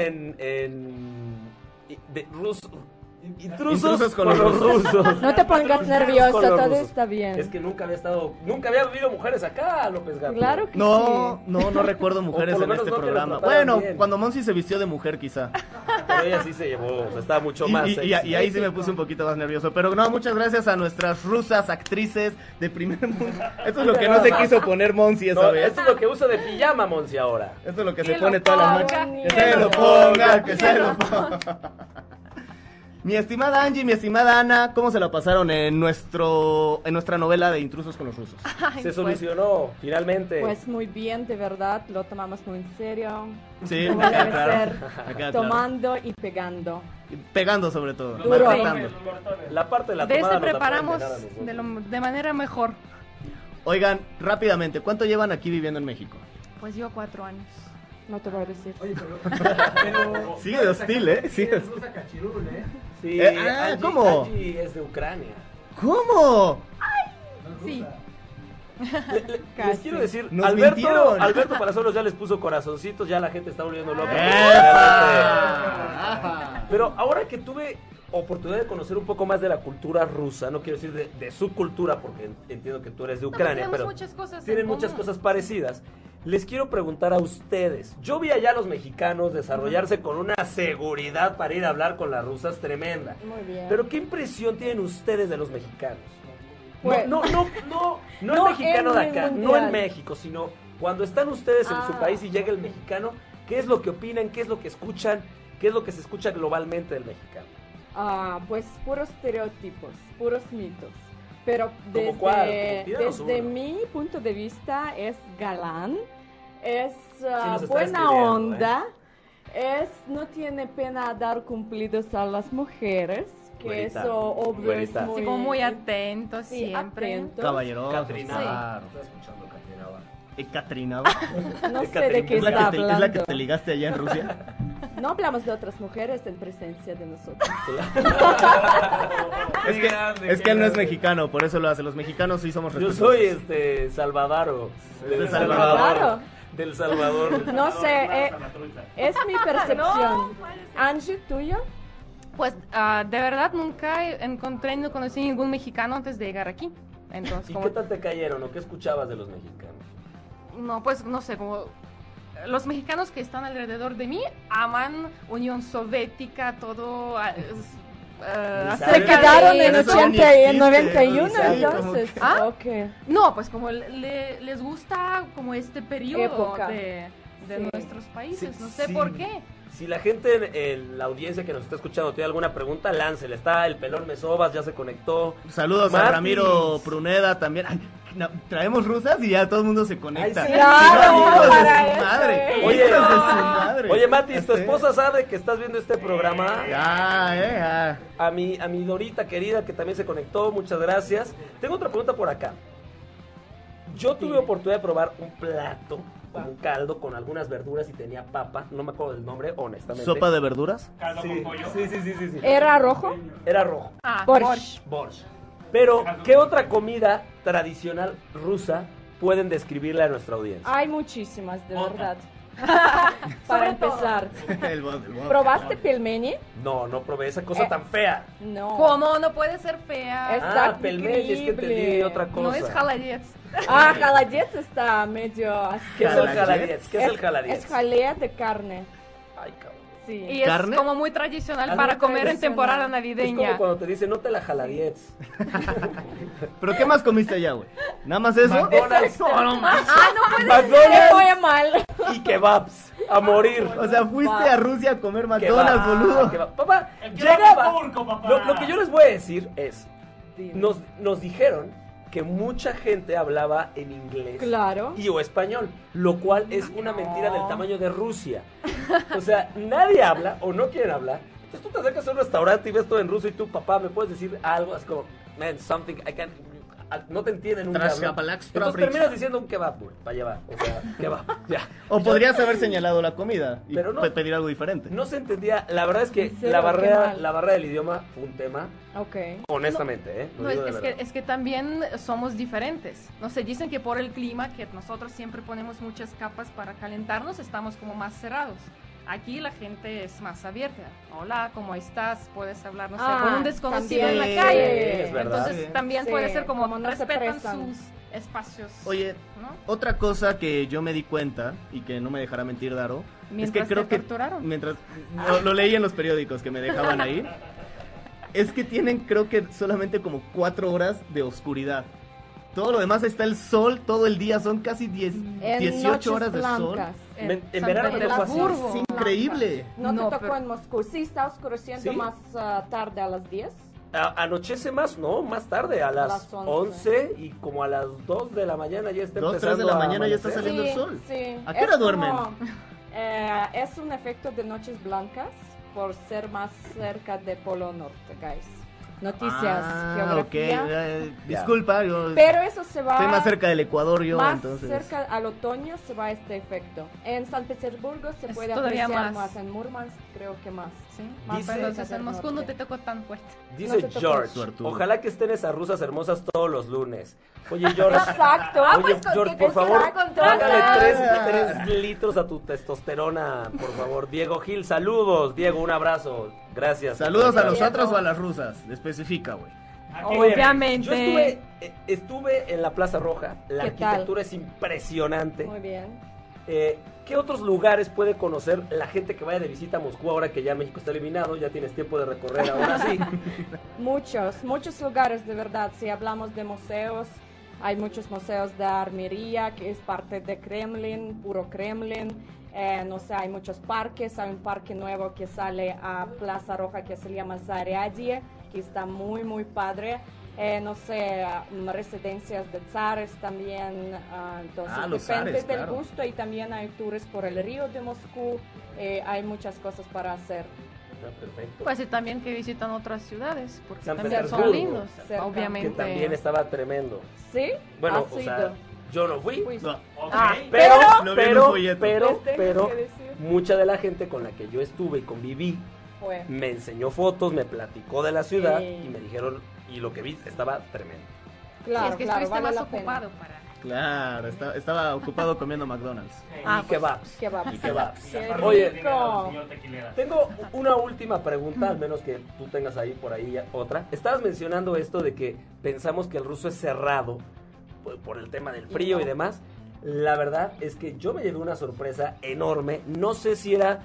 S2: Intrusos
S3: con
S2: con
S3: los
S2: los rusos.
S6: No te pongas
S2: Con
S6: nerviosa,
S2: los
S6: todo
S2: rusos.
S6: está bien.
S2: Es que nunca había habido mujeres acá, López Gato.
S6: Claro que
S3: No
S6: sí.
S3: recuerdo mujeres
S2: O por lo
S3: en
S2: menos
S3: este
S2: no que nos
S3: programa.
S2: trataran
S3: Bueno,
S2: bien.
S3: cuando Monsi se vistió de mujer, quizá.
S2: Pero ella sí se llevó, o sea, estaba mucho más
S3: Y
S2: sexy.
S3: ahí sí me puse un poquito más nervioso. Pero no, muchas gracias a nuestras rusas actrices de primer mundo. Esto es lo que no se quiso poner Monsi esa
S2: No,
S3: vez.
S2: esto es lo que usa de pijama, Monsi, ahora.
S3: Esto es lo que
S6: Que
S3: se
S6: lo
S3: pone todas las
S6: ponga,
S3: noches.
S6: que lo
S3: ponga, que se lo ponga. Mi estimada Angie, mi estimada Ana, ¿cómo se la pasaron en nuestra novela de Intrusos con los rusos?
S6: Ay,
S2: Se
S6: pues,
S2: solucionó, finalmente.
S6: Pues muy bien, de verdad, lo tomamos muy en serio.
S3: Sí,
S6: Como
S3: me queda
S6: debe
S3: claro.
S6: ser,
S3: Me queda claro.
S6: tomando y pegando.
S3: Pegando sobre todo,
S6: Duro.
S3: maltratando.
S2: La parte de la
S7: De
S2: tomada
S7: este
S2: nos la pueden
S7: preparamos
S2: dejar a nosotros.
S7: de manera mejor.
S3: Oigan, rápidamente, ¿cuánto llevan aquí viviendo en México?
S7: Pues yo 4 años.
S6: No te voy a decir.
S5: Oye, pero
S3: Sigue de hostil, ¿eh? Sigue de hostil.
S5: rusa cachirul, ¿eh?
S2: Sí,
S3: ¿cómo?
S2: Angie es de Ucrania.
S3: ¿Cómo?
S7: Sí.
S2: Les
S6: Casi.
S2: quiero decir,
S3: Nos mintieron.
S2: Alberto Palazuelos ya les puso corazoncitos, ya la gente está volviendo loca.
S3: ¡Epa!
S2: Pero ahora que tuve oportunidad de conocer un poco más de la cultura rusa, no quiero decir de su cultura, porque entiendo que tú eres de Ucrania,
S7: tenemos
S2: pero
S7: muchas cosas
S2: tienen
S7: en
S2: muchas
S7: común.
S2: cosas parecidas. Les quiero preguntar a ustedes, yo vi allá a los mexicanos desarrollarse con una seguridad para ir a hablar con las rusas tremenda.
S6: Muy bien.
S2: Pero ¿qué impresión tienen ustedes de los mexicanos?
S6: Pues-
S2: no
S6: No
S2: el mexicano de
S6: en el
S2: acá, no
S6: mundial.
S2: en México, sino cuando están ustedes en su
S6: Ah.
S2: país y llega el mexicano, ¿qué es lo que opinan? ¿Qué es lo que escuchan? ¿Qué es lo que se escucha globalmente del mexicano?
S6: Pues puros estereotipos, puros mitos. Pero
S2: ¿Cómo cuál? Tíranos
S6: desde
S2: uno.
S6: mi punto de vista es galán, es
S2: nos está
S6: buena
S2: escribiendo,
S6: onda, no tiene pena dar cumplidos a las mujeres, que
S2: Güerita,
S6: eso obvio es
S2: güerita.
S6: muy...
S7: Así como muy atento
S6: sí,
S7: siempre.
S6: atento.
S3: Caballeroso,
S2: Catrina.
S3: claro.
S2: ¿Estás escuchando, Catrina?
S3: Catrina,
S6: No sé de qué
S3: ¿es la
S6: está
S3: que te
S6: hablando.
S3: ligaste allá en Rusia?
S6: No hablamos de otras mujeres en presencia de nosotros.
S3: Es que él no es mexicano, por eso lo hace. Los mexicanos sí somos
S2: Yo
S3: respetuosos.
S2: soy Salvadaro.
S3: De
S6: Salvador.
S2: Del Salvador.
S6: No sé, es mi percepción. Angie, ¿tuyo?
S7: Pues de verdad nunca encontré ni conocí ningún mexicano antes de llegar aquí. Entonces,
S2: ¿Y
S7: como,
S2: qué tal te cayeron o qué escuchabas de los mexicanos?
S7: no, pues no sé, como los mexicanos que están alrededor de mí aman Unión Soviética, todo.
S2: Se
S6: Se quedaron en
S3: Pero eso ya ni
S6: 80 y en
S3: existe,
S6: 91,
S3: sí, como
S6: entonces.
S3: que-
S7: ¿Ah?
S6: Ok.
S7: No, pues como les gusta como este periodo
S6: Época.
S7: de
S6: Sí.
S7: nuestros países,
S2: Sí,
S7: no sé
S2: sí.
S7: por qué.
S2: Si la gente en la audiencia que nos está escuchando tiene alguna pregunta, láncela. Está el pelón Mesobas, ya se conectó.
S3: Saludos a
S2: Matis.
S3: Ramiro Pruneda también. Ay, traemos rusas y ya todo el mundo se conecta.
S2: Ay, sí.
S6: Claro,
S3: Hijos de
S6: para
S3: su
S6: eso
S3: madre.
S6: es.
S2: Oye,
S3: Hijos de su madre.
S2: Oye, Matis, ¿tu
S3: Este-
S2: esposa sabe que estás viendo este programa?
S3: Ya.
S2: A mi Dorita querida que también se conectó, muchas gracias. Tengo otra pregunta por acá. Yo tuve oportunidad de probar un plato, como un caldo con algunas verduras y tenía papa, no me acuerdo del nombre, honestamente.
S3: ¿Sopa de verduras?
S4: Caldo
S2: Sí,
S4: con pollo.
S2: sí.
S6: ¿Era rojo?
S2: Era rojo,
S6: Borscht.
S2: borscht. Pero, ¿qué otra comida tradicional rusa pueden describirle a nuestra audiencia?
S6: Hay muchísimas, de
S2: Otra.
S6: verdad. Para empezar.
S3: El bod.
S6: ¿Probaste pelmeni?
S2: No probé esa cosa tan fea.
S6: No.
S7: ¿Cómo? No puede ser fea.
S6: Está
S2: pelmeni, es que entendí
S6: increíble.
S2: otra cosa.
S7: No es jaladets.
S6: Jaladets está medio
S2: ¿Qué es el
S6: asqueroso.
S2: jaladietz? ¿Qué es el jaladietz?
S6: Es jalea de carne.
S2: Ay, cabrón.
S6: Sí.
S7: Y es
S3: ¿Carne?
S7: como muy tradicional
S2: Algo
S7: para comer en
S6: tradicional.
S7: temporada
S2: Es como
S7: navideña.
S2: cuando te dicen, no te la jaladietz.
S3: ¿Pero qué más comiste allá, güey? ¿Nada más eso?
S2: McDonald's.
S7: Ah, no puede
S6: Se
S2: McDonald's
S6: fue mal.
S2: y kebabs. a morir.
S3: O sea, fuiste a Rusia a comer McDonald's, boludo.
S2: Papá, llegaba. Lo que yo les voy a decir es, nos dijeron que mucha gente hablaba en inglés
S6: Claro.
S2: y o español, lo cual es una mentira del tamaño de Rusia. O sea, nadie habla o no quieren hablar. Entonces tú te acercas a un restaurante y ves todo en ruso y tú, papá, ¿me puedes decir algo? Es como, man, something, I can't... No te entienden un cabrón. Entonces terminas diciendo un kebab, güey, para llevar. O sea, kebab, ya.
S3: O podrías haber señalado la comida y
S2: Pero no.
S3: pedir algo diferente.
S2: No se entendía, la verdad es que
S6: ¿En serio?
S2: la
S6: Qué mal.
S2: barrera del idioma fue un tema,
S6: Ok.
S2: honestamente, Lo
S7: No,
S2: digo de
S7: es
S2: verdad.
S7: que también somos diferentes. No sé, dicen que por el clima, que nosotros siempre ponemos muchas capas para calentarnos, estamos como más cerrados. Aquí la gente es más abierta. Hola, ¿cómo estás? Puedes hablar, no sé, con un desconocido en
S6: también.
S7: la calle.
S2: Sí, es verdad.
S7: Entonces
S3: Sí.
S7: también
S6: Sí,
S7: puede ser como
S6: como no se
S7: respetan
S6: prestan.
S7: sus espacios.
S3: Oye,
S7: ¿no?
S3: otra cosa que yo me di cuenta, y que no me dejará mentir Daro,
S7: Mientras
S3: es que creo
S7: te
S3: que...
S7: torturaron.
S3: Mientras... Lo leí en los periódicos que me dejaban ahí. Es que tienen, creo que solamente como 4 horas de oscuridad. Todo lo demás está el sol todo el día, son casi 18 horas de sol.
S6: blancas.
S2: En
S7: San
S2: verano no fue así.
S7: Petersburgo.
S3: Es increíble.
S6: ¿No
S7: No,
S6: te tocó
S7: pero-
S6: en Moscú? Sí, está oscureciendo
S2: ¿Sí?
S6: más tarde a las 10.
S2: Anochece más, ¿no? Más tarde, a las
S6: las
S2: 11 y como a las 2 de la mañana ya está
S3: 2,
S2: empezando
S3: 3 de la
S2: a
S3: mañana ya está
S2: amanecer.
S3: saliendo el sol.
S6: Sí.
S3: ¿A qué hora
S6: Es
S3: duermen?
S6: como, es un efecto de noches blancas por ser más cerca del Polo Norte, guys. Noticias, geografía.
S3: Ok, disculpa, yo
S6: Pero eso se va
S3: estoy más cerca del Ecuador yo,
S6: más
S3: entonces.
S6: cerca al otoño se va este efecto. En San Petersburgo se
S7: Es
S6: puede
S7: todavía
S6: apreciar
S7: más.
S6: más, en Murmansk creo que más.
S7: Sí,
S6: Más
S2: Dice-
S6: cerca
S7: entonces
S6: del
S7: en Moscú no
S6: norte.
S7: te tocó tan fuerte.
S2: Dice
S6: No te tocó.
S2: George,
S3: Suertudo.
S2: ojalá que estén esas rusas hermosas todos los lunes. Oye, George,
S6: Exacto.
S2: oye, George, por favor, págale 3 litros a tu testosterona, por favor. Diego Gil, saludos. Diego, un abrazo. Gracias.
S3: ¿Saludos a
S6: Diego.
S3: nosotros o a las rusas? Especifica, güey.
S2: Oye,
S7: Obviamente.
S2: Yo estuve en la Plaza Roja. La
S6: ¿Qué tal?
S2: arquitectura es impresionante.
S6: Muy bien.
S2: ¿Qué otros lugares puede conocer la gente que vaya de visita a Moscú ahora que ya México está eliminado? Ya tienes tiempo de recorrer ahora sí.
S6: Muchos lugares de verdad. Si hablamos de museos, hay muchos museos de armería que es parte de Kremlin, puro Kremlin. No sé, hay muchos parques. Hay un parque nuevo que sale a Plaza Roja que se llama Zaryadye, que está muy padre. No sé, residencias de zares también. Entonces
S3: Los
S6: depende
S3: zares,
S6: del
S3: claro.
S6: gusto, y también hay tours por el río de Moscú. Hay muchas cosas para hacer.
S2: Perfecto.
S7: Pues y también que visitan otras ciudades, porque
S2: San
S7: también son
S2: Petersburgo,
S7: lindos,
S6: cerca.
S7: obviamente.
S2: Que también estaba tremendo.
S6: ¿Sí?
S2: Bueno,
S6: ¿Has
S2: o sea,
S6: ido?
S2: yo no fui.
S6: Fuiste.
S3: No.
S7: Ah,
S2: Pero,
S3: Lo vi en un folleto.
S6: Les tengo que decir.
S2: mucha de la gente con la que yo estuve y conviví
S6: Fue.
S2: me enseñó fotos, me platicó de la ciudad
S6: Sí.
S2: y me dijeron, y lo que vi estaba tremendo.
S6: Claro,
S7: sí, es que
S6: claro,
S7: estuviste
S6: vale
S7: más
S6: la pena.
S7: ocupado para...
S3: Claro, estaba ocupado comiendo McDonald's.
S2: Y kebabs.
S6: Kebabs.
S2: Y kebabs.
S6: Qué
S2: Oye,
S6: rico.
S2: tengo una última pregunta, al menos que tú tengas ahí por ahí otra. Estabas mencionando esto de que pensamos que el ruso es cerrado por el tema del frío y
S6: no.
S2: demás. La verdad es que yo me llevé una sorpresa enorme. No sé si era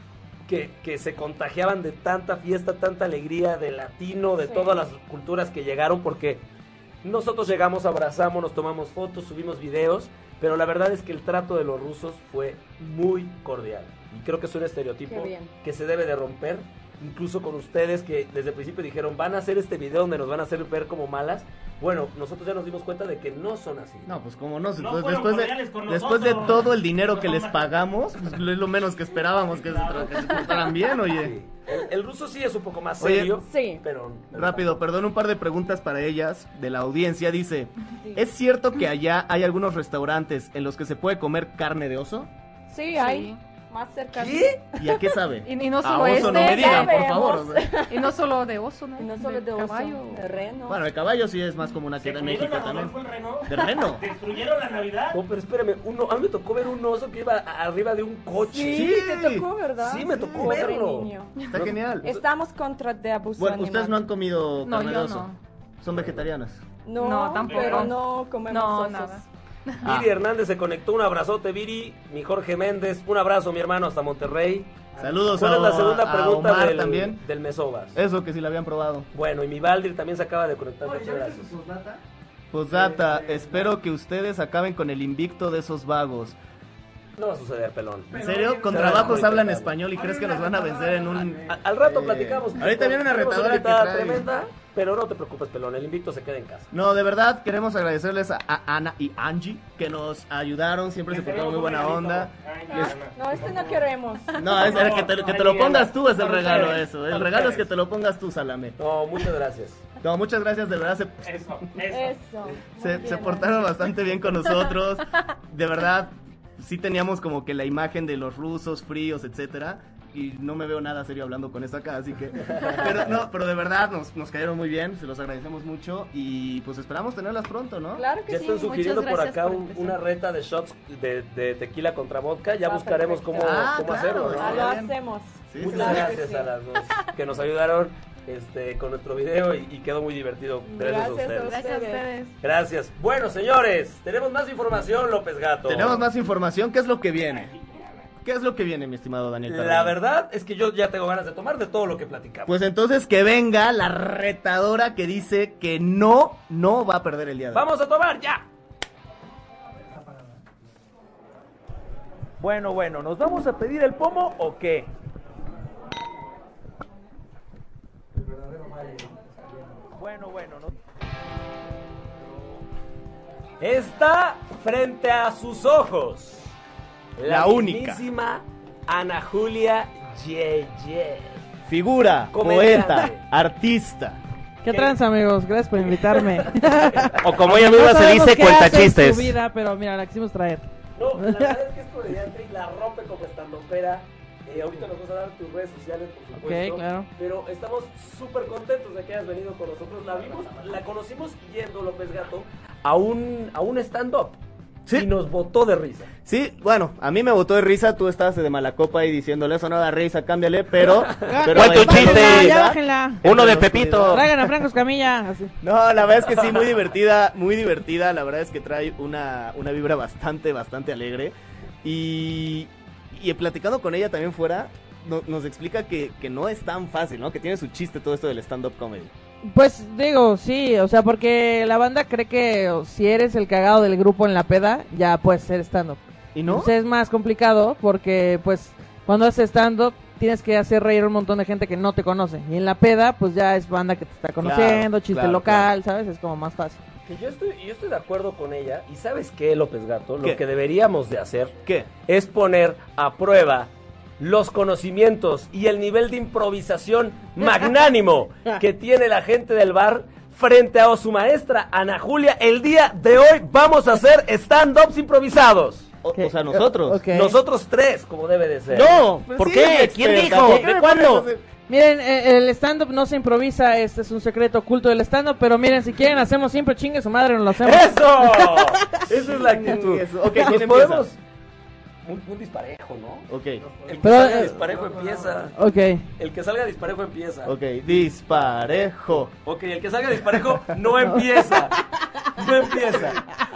S2: que se contagiaban de tanta fiesta, tanta alegría, de latino, de
S6: Sí.
S2: todas las culturas que llegaron, porque nosotros llegamos, abrazamos, nos tomamos fotos, subimos videos, pero la verdad es que el trato de los rusos fue muy cordial. Y creo que es un estereotipo
S6: Qué bien.
S2: que se debe de romper, incluso con ustedes que desde el principio dijeron, van a hacer este video donde nos van a hacer ver como malas. Bueno, nosotros ya nos dimos cuenta de que no son así.
S3: No, pues como no,
S8: No
S3: pues,
S8: fueron cordiales con
S3: después de
S8: nosotros.
S3: todo el dinero que les pagamos, pues es lo menos que esperábamos que se portaran bien, oye.
S2: Sí. El ruso sí es un poco más
S3: Oye,
S2: serio,
S6: Sí.
S2: pero...
S3: Rápido, perdón, un par de preguntas para ellas de la audiencia. Dice,
S6: Sí.
S3: ¿es cierto que allá hay algunos restaurantes en los que se puede comer carne de oso?
S6: Sí, hay más cerca.
S2: ¿Qué?
S3: ¿Y a qué sabe?
S7: Y no
S3: A
S7: solo
S3: oso
S7: este,
S3: no me digan, por
S6: sabemos.
S3: favor. o sea.
S7: y no solo de oso, ¿no?
S6: Y no solo de oso,
S7: caballo.
S6: de reno.
S3: Bueno, el caballo sí es más común aquí
S8: ¿Se
S3: en
S8: comieron
S3: México
S8: a
S3: también.
S8: Rodolfo el reno?
S3: ¿De reno?
S8: ¿Destruyeron la Navidad?
S2: No, pero espérame, a mí me tocó ver un oso que iba arriba de un coche.
S6: Sí, te tocó, ¿verdad?
S2: Sí, me tocó
S6: Pobre
S2: verlo.
S6: niño.
S3: Está genial.
S6: Estamos contra de abuso
S3: Bueno,
S6: animal.
S3: ustedes no han comido
S7: No,
S3: carne de
S7: yo
S3: oso.
S7: no.
S3: Son vegetarianas.
S6: No,
S7: No, tampoco.
S6: pero no comemos
S7: No,
S6: osos.
S7: nada.
S2: Viri Hernández se conectó, un abrazote, Viri. Mi Jorge Méndez, un abrazo, mi hermano, hasta Monterrey.
S3: Saludos
S2: ¿Cuál es la segunda
S3: a
S2: pregunta
S3: Omar
S2: del,
S3: también.
S2: del Mesobas?
S3: Eso que sí la habían probado.
S2: Bueno, y mi Valdir también se acaba de conectar. Muchas gracias.
S3: Pues data, espero que ustedes acaben con el invicto de esos vagos.
S2: No va a suceder, pelón.
S3: ¿En serio? Con trabajos hablan español y crees que nos van a vencer en un...
S2: Al rato platicamos.
S3: Ahorita viene una
S2: Tenemos
S3: retadora que
S2: invitada
S3: trae.
S2: tremenda, pero no te preocupes, pelón. El invicto se queda en casa.
S3: No, de verdad, queremos agradecerles a Ana y Angie que nos ayudaron, siempre se portaron muy buena onda.
S6: No, no queremos.
S3: No, es que te lo pongas tú es el regalo eso. El regalo es que te lo pongas tú, Salame.
S2: No, muchas gracias.
S3: No, muchas gracias, de verdad
S7: Eso.
S3: se portaron bastante bien con nosotros. De verdad, sí teníamos como que la imagen de los rusos fríos, etcétera. Y no me veo nada serio hablando con esto acá, así que... Pero de verdad nos cayeron muy bien, se los agradecemos mucho y pues esperamos tenerlas pronto, ¿no?
S6: Claro que
S2: Ya
S6: sí.
S2: están sugiriendo
S7: muchas
S2: por
S7: gracias
S2: acá
S7: por empezar.
S2: una reta de shots de tequila contra vodka. Ya buscaremos
S6: perfecto.
S2: cómo
S3: Claro.
S2: hacerlo, ¿no?
S6: Ah, lo
S3: Bien.
S6: hacemos.
S3: Sí,
S2: Muchas
S6: Claro que
S2: gracias
S6: sí.
S2: a las dos que nos ayudaron con nuestro video y quedó muy divertido. Gracias a ustedes.
S7: Gracias a ustedes.
S2: Gracias. Bueno, señores, tenemos más información, López Gato.
S3: Tenemos más información, ¿qué es lo que viene? ¿Qué es lo que viene, mi estimado Daniel Carrillo?
S2: La verdad es que yo ya tengo ganas de tomar de todo lo que platicamos.
S3: Pues entonces que venga la retadora que dice que no va a perder el día de hoy.
S2: ¡Vamos a tomar ya! Bueno, ¿nos vamos a pedir el pomo o qué? Bueno, no. Está frente a sus ojos
S3: La única.
S2: mismísima Ana Julia Yeye.
S3: Figura,
S2: Comediante.
S3: poeta, artista.
S9: ¿Qué tranza, amigos? Gracias por invitarme.
S4: O como ella misma se
S9: sabemos
S4: dice,
S9: qué
S4: cuenta
S9: hace en
S4: chistes.
S9: su vida, pero mira, la quisimos traer.
S2: No, la verdad es que es comediante y la rompe como estandopera. Ahorita nos vas a dar tus redes sociales, por supuesto.
S9: Ok, claro.
S2: Pero estamos súper contentos de que hayas venido con nosotros. La conocimos yendo, López Gato, a un stand-up.
S3: Sí.
S2: Y nos botó de risa.
S3: Sí, bueno, a mí me botó de risa, tú estabas de mala copa ahí diciéndole eso no da risa, cámbiale, pero...
S4: ¿Cuál tu
S3: en
S4: chiste?
S3: oscuridad-
S9: Ya bájenla.
S4: Uno de
S3: en
S4: Pepito.
S9: Traigan a Franco Escamilla. Así.
S3: No, la verdad es que sí, muy divertida, la verdad es que trae una vibra bastante alegre y platicando con ella también fuera, nos explica que no es tan fácil, ¿no? Que tiene su chiste todo esto del stand-up comedy.
S9: Pues digo, sí, o sea, porque la banda cree que si eres el cagado del grupo en la peda, ya puedes ser stand-up.
S3: ¿Y no?
S9: Entonces es más complicado porque, pues, cuando haces stand-up tienes que hacer reír a un montón de gente que no te conoce. Y en la peda, pues ya es banda que te está conociendo, chiste
S3: claro,
S9: local, ¿sabes? Es como más fácil.
S2: Que yo estoy de acuerdo con ella. ¿Y sabes qué, López Gato?
S3: ¿Qué?
S2: Lo que deberíamos de hacer
S3: ¿Qué?
S2: es poner a prueba los conocimientos y el nivel de improvisación magnánimo que tiene la gente del bar frente a su maestra Ana Julia. El día de hoy vamos a hacer stand-ups improvisados.
S3: O sea, nosotros.
S9: Ok.
S2: Nosotros tres, como debe de ser.
S4: No,
S3: Pues
S4: ¿por
S3: sí,
S4: qué?
S3: es
S4: ¿Quién
S3: experta.
S4: dijo?
S3: ¿Por qué
S4: ¿De
S3: me
S4: cuándo?
S3: pones así?
S9: Miren, el stand-up no se improvisa, este es un secreto oculto del stand-up, pero miren, si quieren hacemos siempre chingue su madre, nos lo hacemos.
S2: ¡Eso! Esa es la actitud.
S3: Eso. Ok,
S2: Nos
S3: ¿quién
S2: podemos... Un disparejo, ¿no?
S3: Ok,
S2: El que
S9: Pero,
S2: salga disparejo empieza.
S9: Ok.
S2: El que salga disparejo empieza.
S3: ok, disparejo.
S2: Ok, el que salga disparejo no empieza. No empieza.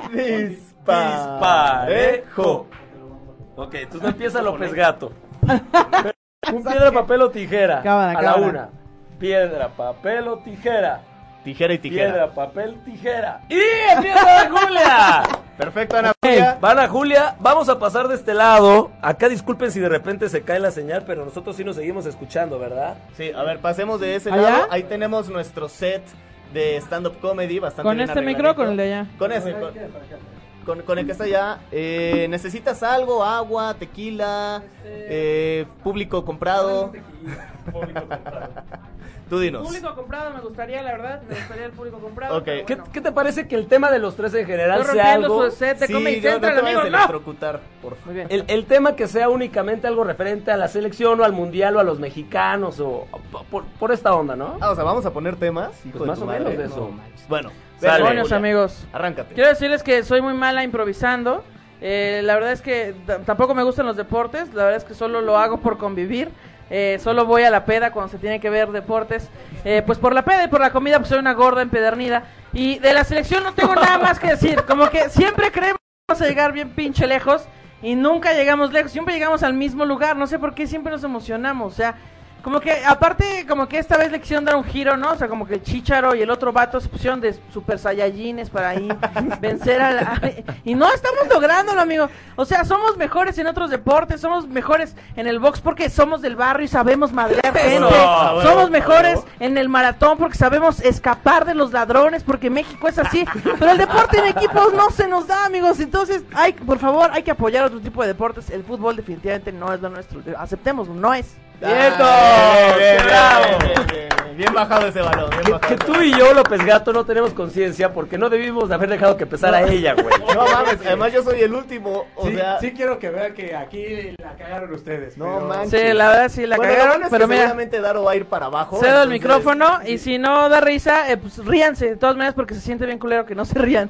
S2: Disparejo. Ok, entonces no empieza López Gato. Un piedra, papel o tijera.
S9: Cámara,
S2: a la
S9: cámara.
S2: una. Piedra, papel o tijera.
S3: Tijera y tijera.
S2: Piedra, papel, tijera. ¡Y empieza Julia!
S3: Perfecto, Ana Julia.
S2: Van a Julia, vamos a pasar de este lado. Acá disculpen si de repente se cae la señal, pero nosotros sí nos seguimos escuchando, ¿verdad?
S3: Sí, a ver, pasemos de ese
S9: ¿Allá?
S3: lado. Ahí tenemos nuestro set de stand-up comedy bastante
S9: ¿Con
S3: bien
S9: este micro o con el de allá?
S3: Con ese, con el que está allá. ¿Necesitas algo? Agua, tequila, público comprado. Tú dinos.
S9: Público comprado me gustaría, la verdad, me gustaría el público comprado.
S3: Ok.
S9: pero bueno.
S2: ¿Qué te parece que el tema de los tres en general
S9: Estoy
S2: sea
S9: rompiendo
S2: algo...
S9: su set de
S3: Sí,
S9: Comedy
S3: no te
S9: Central,
S3: vayas
S9: amigos,
S3: a
S9: ¡no!
S3: electrocutar, por favor.
S9: Muy bien.
S2: El tema que sea únicamente algo referente a la selección o al mundial o a los mexicanos o por esta onda, ¿no?
S3: Ah, o sea, vamos a poner temas. Hijo
S2: Pues
S3: de
S2: más
S3: tu
S2: o
S3: madre.
S2: menos de eso.
S3: No manches. Bueno,
S2: Sale.
S3: venga,
S9: Demonios,
S3: Julia,
S9: amigos.
S3: arráncate.
S9: Quiero decirles que soy muy mala improvisando. La verdad es que tampoco me gustan los deportes. La verdad es que solo lo hago por convivir. Solo voy a la peda cuando se tiene que ver deportes. Pues por la peda y por la comida, pues soy una gorda empedernida. Y de la selección no tengo nada más que decir. Como que siempre creemos a llegar bien pinche lejos y nunca llegamos lejos. Siempre llegamos al mismo lugar. No sé por qué siempre nos emocionamos. O sea, Como que, aparte, como que esta vez le quisieron dar un giro, ¿no? O sea, como que el Chícharo y el otro vato se pusieron de super saiyajines para ahí vencer a la... Y no estamos lográndolo, amigo. O sea, somos mejores en otros deportes, somos mejores en el box porque somos del barrio y sabemos madrear gente. Somos mejores en el maratón porque sabemos escapar de los ladrones, porque México es así. Pero el deporte en equipos no se nos da, amigos. Entonces, por favor, hay que apoyar otro tipo de deportes. El fútbol definitivamente no es lo nuestro. Aceptémoslo, no es.
S2: ¡Cierto!
S3: Bien bajado ese balón.
S2: Que tú y yo, López Gato, no tenemos conciencia porque no debimos de haber dejado que empezara ella, güey.
S3: No mames, además yo soy el último,
S5: Sí quiero que vean que aquí la cagaron ustedes.
S3: No manches.
S9: Sí, la verdad sí la cagaron, pero mira,
S3: seguramente Daro va a ir para abajo.
S9: cedo el micrófono y si no da risa, pues ríanse de todas maneras porque se siente bien culero que no se rían.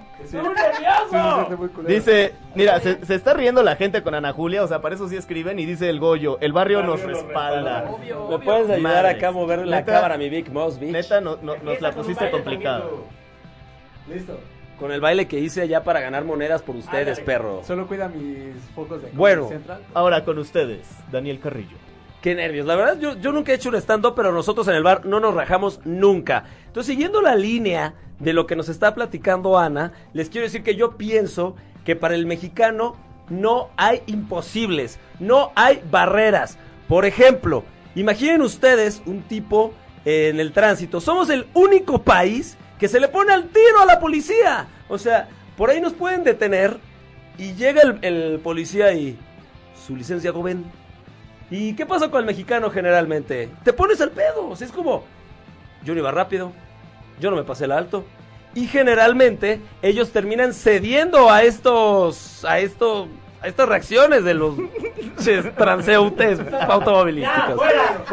S3: Dice, mira, se está riendo la gente con Ana Julia, o sea, para eso sí escriben y dice el Goyo, el barrio nos respalda.
S2: ¿Me puedes ayudar acá a mover la
S3: Neta,
S2: cámara, mi Big Mouse, bitch?
S3: Neta, nos la pusiste complicada.
S5: Listo.
S2: Con el baile que hice allá para ganar monedas por ustedes, perro.
S5: Solo cuida mis focos de
S2: Bueno.
S5: Central.
S3: Ahora con ustedes, Daniel Carrillo.
S2: Qué nervios. La verdad, yo nunca he hecho un stand-up, pero nosotros en el bar no nos rajamos nunca. Entonces, siguiendo la línea de lo que nos está platicando Ana, les quiero decir que yo pienso que para el mexicano no hay imposibles, no hay barreras. Por ejemplo, imaginen ustedes un tipo en el tránsito. Somos el único país que se le pone al tiro a la policía. O sea, por ahí nos pueden detener y llega el policía y... ¿Su licencia, joven? ¿Y qué pasa con el mexicano generalmente? Te pones al pedo. O sea, es como... Yo no iba rápido. Yo no me pasé el alto. Y generalmente ellos terminan cediendo a estas reacciones de los transeúntes automovilísticos.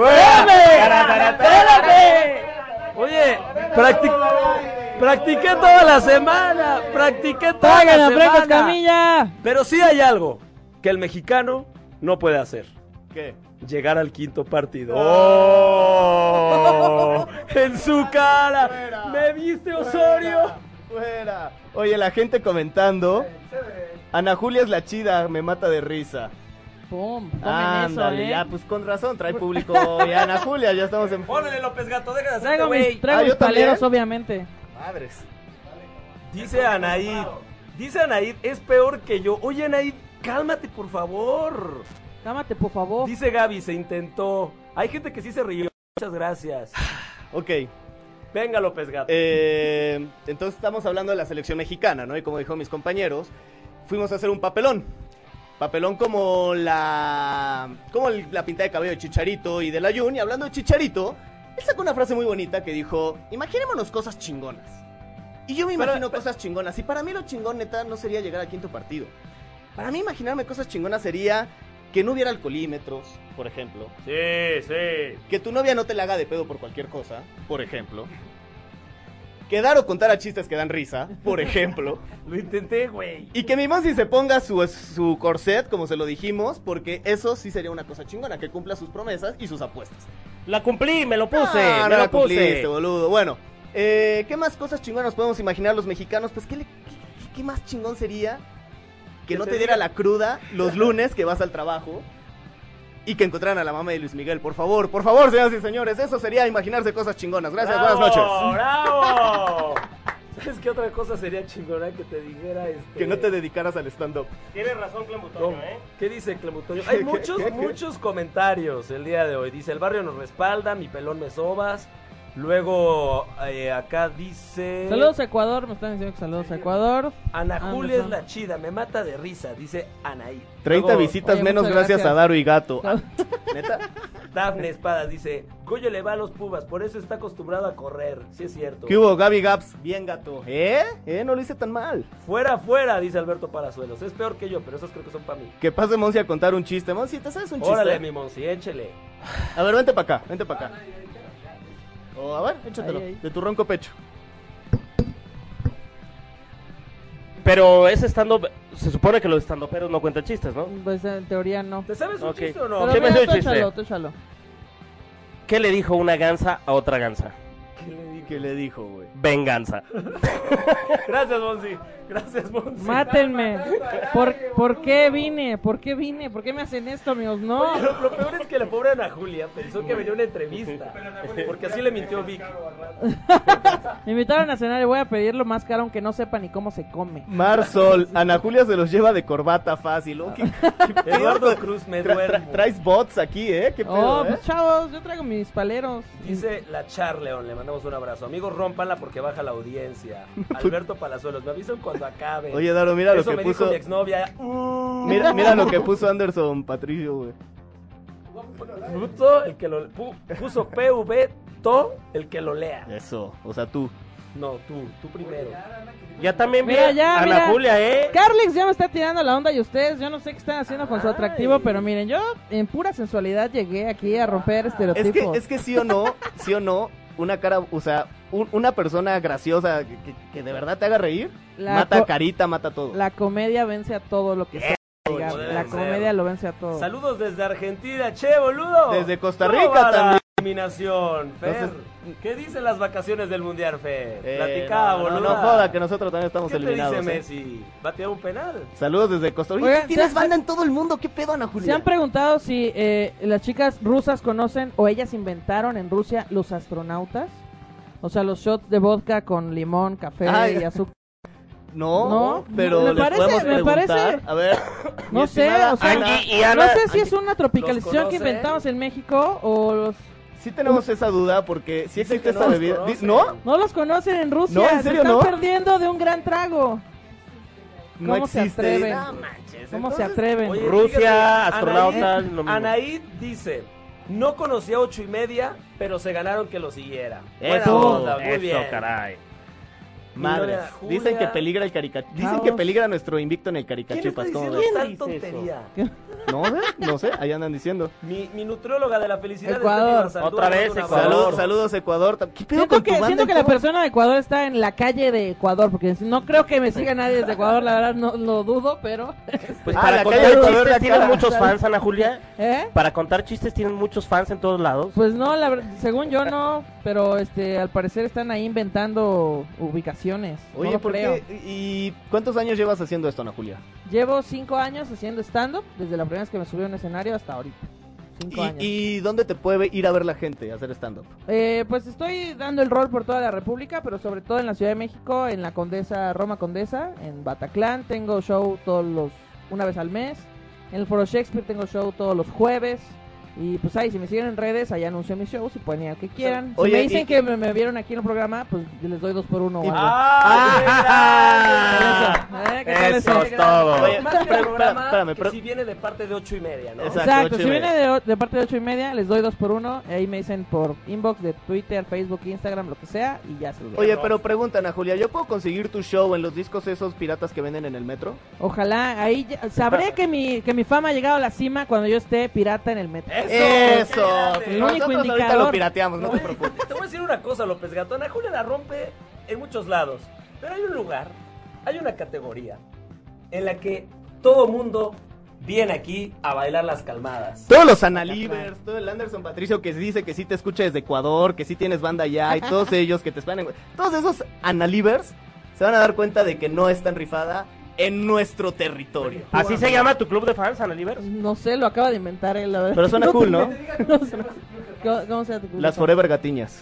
S9: ¡Espérame!
S2: Oye, practiqué toda la semana.
S9: Camilla!
S2: Pero sí hay algo que el mexicano no puede hacer.
S3: ¿Qué?
S2: Llegar al quinto partido. ¡Oh! ¡En su cara!
S3: Fuera.
S2: ¿Me viste, Osorio?
S3: Fuera. Oye, la gente comentando. Ana Julia es la chida, me mata de risa.
S9: Pum, tomen
S3: Ándale,
S9: eso,
S3: ya, pues con razón, trae público. Y Ana Julia, ya estamos en...
S2: Ponle, López Gato, deja de hacerte
S9: Traigo
S2: güey.
S9: mis
S3: ¿yo también?
S9: paleros, obviamente.
S3: Madres.
S2: Dice Anaid, es peor que yo. Oye, Anaid, cálmate, por favor.
S9: Cámate, por favor.
S2: Dice Gaby, se intentó. Hay gente que sí se rió. Muchas gracias.
S3: Ok.
S2: Venga, López Gato.
S3: Entonces estamos hablando de la selección mexicana, ¿no? Y como dijo mis compañeros, fuimos a hacer un papelón. Papelón como la pinta de cabello de Chicharito y de la Jun. Y hablando de Chicharito, él sacó una frase muy bonita que dijo: imaginémonos cosas chingonas. Y yo me imagino cosas chingonas. Y para mí lo chingón, neta, no sería llegar al quinto partido. Para mí imaginarme cosas chingonas sería que no hubiera alcoholímetros, por ejemplo.
S2: Sí.
S3: Que tu novia no te la haga de pedo por cualquier cosa, por ejemplo. Que Daro contara chistes que dan risa, por ejemplo.
S2: Lo intenté, güey.
S3: Y que mi Monsi se ponga su corset, como se lo dijimos, porque eso sí sería una cosa chingona, que cumpla sus promesas y sus apuestas.
S4: La cumplí, me lo puse,
S3: No,
S4: me
S3: no
S4: lo
S3: la cumpliste,
S4: puse.
S3: boludo. Bueno, ¿qué más cosas chingonas podemos imaginar los mexicanos? Pues, ¿qué más chingón sería que no te diera la cruda los lunes que vas al trabajo? Y que encontraran a la mamá de Luis Miguel, por favor, señoras y señores, eso sería imaginarse cosas chingonas. Gracias,
S2: ¡Bravo!
S3: buenas noches.
S2: ¡Bravo! ¿Sabes qué otra cosa sería chingona que te dijera
S3: Que no te dedicaras al stand-up.
S4: Tienes razón, Clemutoño,
S2: ¿Qué dice Clemutoño? Hay muchos comentarios el día de hoy. Dice, el barrio nos respalda, mi pelón me sobas. Luego, acá dice...
S9: Saludos a Ecuador, me están diciendo que saludos a Ecuador.
S2: Ana Julia es la chida, me mata de risa, dice Anaí.
S3: 30
S2: Luego,
S3: visitas
S9: Oye,
S3: menos
S9: muchas
S3: gracias a
S9: gracias.
S3: Daro y Gato. ¿Neta?
S2: Dafne Espadas dice, Goyo le va a los Pumas, por eso está acostumbrado a correr. Sí es cierto.
S3: ¿Qué hubo, Gaby Gaps? Bien, Gato. No lo hice tan mal.
S2: Fuera, dice Alberto Palazuelos. Es peor que yo, pero esos creo que son para mí.
S3: Que pase Monsi a contar un chiste. Monsi, ¿te sabes un chiste?
S2: Órale, mi Monsi, échele.
S3: A ver, vente para acá. O a ver, échatelo.
S9: Ahí.
S3: De tu ronco pecho.
S4: Pero ese stand-up, se supone que los stand-uperos no cuentan chistes, ¿no?
S9: Pues en teoría no.
S2: ¿Te sabes un
S4: Ok.
S2: chiste o no?
S9: Pero
S4: ¿Qué me
S9: mira,
S4: hace un chiste?
S9: tú échalo.
S4: ¿Qué le dijo una gansa a otra gansa?
S2: ¿Qué le
S3: ¿Y qué le dijo, güey?
S4: Venganza.
S2: Gracias, Monsi. Gracias, Monsi.
S9: Mátenme. ¿Por qué vine? ¿Por qué vine? ¿Por qué me hacen esto, amigos? No.
S2: Oye, lo peor es que la pobre Ana Julia pensó que venía una entrevista. Porque así le mintió Vic.
S9: Me invitaron a cenar y voy a pedirlo más caro aunque no sepa ni cómo se come.
S3: Marsol, Ana Julia se los lleva de corbata fácil. Oh, ¿qué
S2: Eduardo
S3: pedo?
S2: Cruz, me duermo.
S3: Traes bots aquí, ¿eh? ¿Qué pedo,
S9: Pues chavos, yo traigo mis paleros.
S2: Dice la Charleón, le mandamos un abrazo. Amigos, rómpanla porque baja la audiencia. Alberto Palazuelos, me avisan cuando acabe.
S3: Oye, Daro, mira
S2: Eso
S3: lo que
S2: me
S3: puso.
S2: dijo mi exnovia.
S3: Mira lo que puso Anderson Patricio, güey.
S2: Puto, el que lo puso PV, to, el que lo lea.
S3: Eso, o sea, tú.
S2: No, tú primero.
S4: Ya también vi
S9: Mira, ya,
S4: Ana
S9: mira.
S4: Julia,
S9: Carlix ya me está tirando la onda y ustedes, yo no sé qué están haciendo con su atractivo, pero miren, yo en pura sensualidad llegué aquí a romper estereotipos.
S3: Es que sí o no, una cara, o sea, una persona graciosa que de verdad te haga reír, mata carita, mata todo.
S9: La comedia vence a todo lo que sea. Diga, la comedia lo vence a todo.
S2: Saludos desde Argentina, che, boludo.
S3: Desde Costa
S2: ¿Cómo
S3: Rica
S2: va la
S3: también.
S2: eliminación, Fer?
S3: Entonces-
S2: ¿Qué dicen las vacaciones del Mundial, Fer?
S3: No,
S2: Platicá, boludo.
S3: no joda, que nosotros también estamos
S2: ¿Qué
S3: eliminados.
S2: te dice Messi? ¿Va a tirar un penal?
S3: Saludos desde Costa Rica.
S9: Oigan,
S3: Tienes
S9: ¿se-
S3: banda en todo el mundo, ¿qué pedo, Ana Julia?
S9: ¿Se han preguntado si las chicas rusas conocen o ellas inventaron en Rusia los astronautas? O sea, los shots de vodka con limón, café
S3: Ay.
S9: y azúcar.
S3: No, pero
S9: me
S3: les
S9: parece-
S3: podemos
S9: me
S3: preguntar.
S9: parece-
S3: A ver,
S9: No
S3: mi
S9: sé,
S3: estimada
S9: o sea,
S3: Ana,
S4: Angie y Ana.
S9: no sé si
S3: Angie,
S9: es una tropicalización
S2: ¿los
S9: que
S2: conoce?
S9: inventamos en México o los...
S3: sí tenemos esa duda porque sí
S2: Dice
S3: existe
S2: que
S3: esta
S2: no los
S3: bebida.
S2: conoce.
S3: ¿No?
S9: No los conocen en Rusia,
S3: No, ¿en serio
S9: se están
S3: no?
S9: perdiendo de un gran trago.
S3: No
S9: ¿Cómo se
S3: existe.
S9: atreven?
S3: No manches.
S9: ¿Cómo se
S3: entonces-
S9: atreven?
S2: Oye,
S4: Rusia,
S2: fíjate,
S4: astronautas, lo mismo.
S2: Anaid dice, no conocía 8:30, pero se ganaron que lo siguiera. Buena
S3: Eso,
S2: onda, muy
S4: Eso,
S2: bien.
S4: caray.
S3: Madres.
S2: Ana Julia.
S3: Dicen que peligra el caricachupas. Dicen
S9: Chavos.
S3: que peligra nuestro invicto en el
S2: ¿Quién está
S3: caricachupas. ¿Cómo
S2: diciendo
S3: ves?
S2: tal
S4: dice
S2: tontería?
S3: No sé, ahí andan diciendo.
S2: Mi nutrióloga de la felicidad
S9: Ecuador.
S2: Estefany Barzaldúa,
S4: Otra vez,
S2: manda un
S4: Ecuador.
S2: abrazo.
S3: Saludos Ecuador. ¿Qué pedo
S9: Siento
S3: con tu
S9: que,
S3: banda
S9: siento
S3: en
S9: que la
S3: cómo?
S9: persona de Ecuador está en la calle de Ecuador, porque no creo que me siga nadie desde Ecuador, la verdad no lo dudo, pero...
S4: Pues
S3: Ah,
S4: para
S3: la
S4: contar
S3: calle de Ecuador,
S4: chistes
S3: la
S4: tienen
S3: cara.
S4: muchos fans, Ana Julia.
S9: ¿Eh?
S4: Para contar chistes tienen muchos fans en todos lados.
S9: Pues no, según yo no, pero al parecer están ahí inventando ubicaciones.
S3: Oye,
S9: no lo
S3: ¿por
S9: creo.
S3: qué? ¿Y cuántos años llevas haciendo esto, Ana Julia?
S9: Llevo 5 años haciendo stand-up, desde la primera vez que me subí a un escenario hasta ahorita. 5 años.
S3: ¿Y dónde te puede ir a ver la gente a hacer stand-up?
S9: Pues estoy dando el rol por toda la República, pero sobre todo en la Ciudad de México, en la Condesa, Roma Condesa, en Bataclan, tengo show una vez al mes. En el Foro Shakespeare tengo show todos los jueves. Y pues ahí, si me siguen en redes, ahí anuncio mis shows y pueden ir al que quieran.
S3: Oye,
S9: si me dicen
S3: y-
S9: que me vieron aquí en el programa, pues yo les doy 2x1 o algo. ¿Qué tal
S4: Eso
S9: eso?
S4: es todo.
S3: Oye,
S2: Más que el programa,
S3: espérame,
S2: que si viene de parte de 8:30, ¿no?
S3: Exacto.
S9: Exacto,
S3: 8:30.
S9: si viene de parte de 8:30, les doy 2x1. Ahí me dicen por inbox de Twitter, Facebook, Instagram, lo que sea, y ya se los doy.
S3: Oye, pero pregunta, Ana Julia, ¿yo puedo conseguir tu show en los discos esos piratas que venden en el metro?
S9: Ojalá, ahí sabré que mi fama ha llegado a la cima cuando yo esté pirata en el metro.
S3: ¡Eso!
S9: El único
S3: Nosotros ahorita
S9: indicador.
S3: lo pirateamos, no te preocupes.
S2: Te voy a decir una cosa, López Gatón. Ana Julia la rompe en muchos lados. Pero hay un lugar, hay una categoría en la que todo mundo viene aquí a bailar las calmadas.
S3: Todos los Analivers, todo el Anderson Patricio que dice que sí te escucha desde Ecuador, que sí tienes banda allá, y todos ellos que te esperan. Todos esos Analivers se van a dar cuenta de que no es tan rifada en nuestro territorio.
S4: ¿Así se llama tu club de fans, Ana Liber?
S9: No sé, lo acaba de inventar él, la verdad.
S3: Pero suena cool, ¿no?
S9: No sé. ¿Cómo se llama tu club?
S3: Las Forever Gatiñas.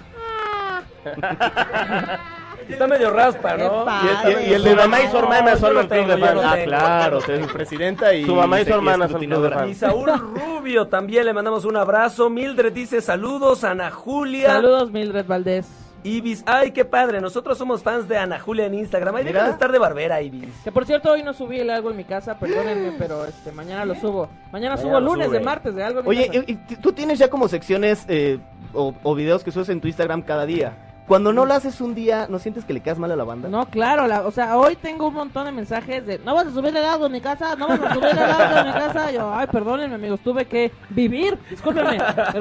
S2: Está medio raspa, ¿no?
S9: Qué
S3: Y el
S4: Su
S3: de
S4: mamá y su hermana
S2: No,
S4: son
S2: yo
S4: los
S2: no
S4: club de
S2: tengo, yo
S4: fans.
S2: no
S3: Ah,
S2: tengo.
S3: claro, su presidenta y
S4: Su mamá y su hermana son club de
S3: escrutinadora.
S2: Y
S4: fans.
S2: Saúl Rubio también le mandamos un abrazo. Mildred dice saludos, Ana Julia.
S9: Saludos, Mildred Valdés.
S2: Ibis, ay, qué padre. Nosotros somos fans de Ana Julia en Instagram. Ay,
S3: Mira.
S2: deja de estar de barbera, Ibis.
S9: Que por cierto, hoy no subí el algo en mi casa, perdónenme, pero mañana lo subo. Mañana subo
S2: lo
S9: lunes
S2: sube.
S9: de martes de algo en mi
S3: Oye,
S9: casa.
S3: y tú tienes ya como secciones o videos que subes en tu Instagram cada día. Cuando no lo haces un día, ¿no sientes que le quedas mal a la banda?
S9: No, claro, o sea, hoy tengo un montón de mensajes de no vas a subir el audio en mi casa, no vas a subir el audio en mi casa. Yo, ay, perdónenme, amigos, tuve que vivir, discúlpenme, pero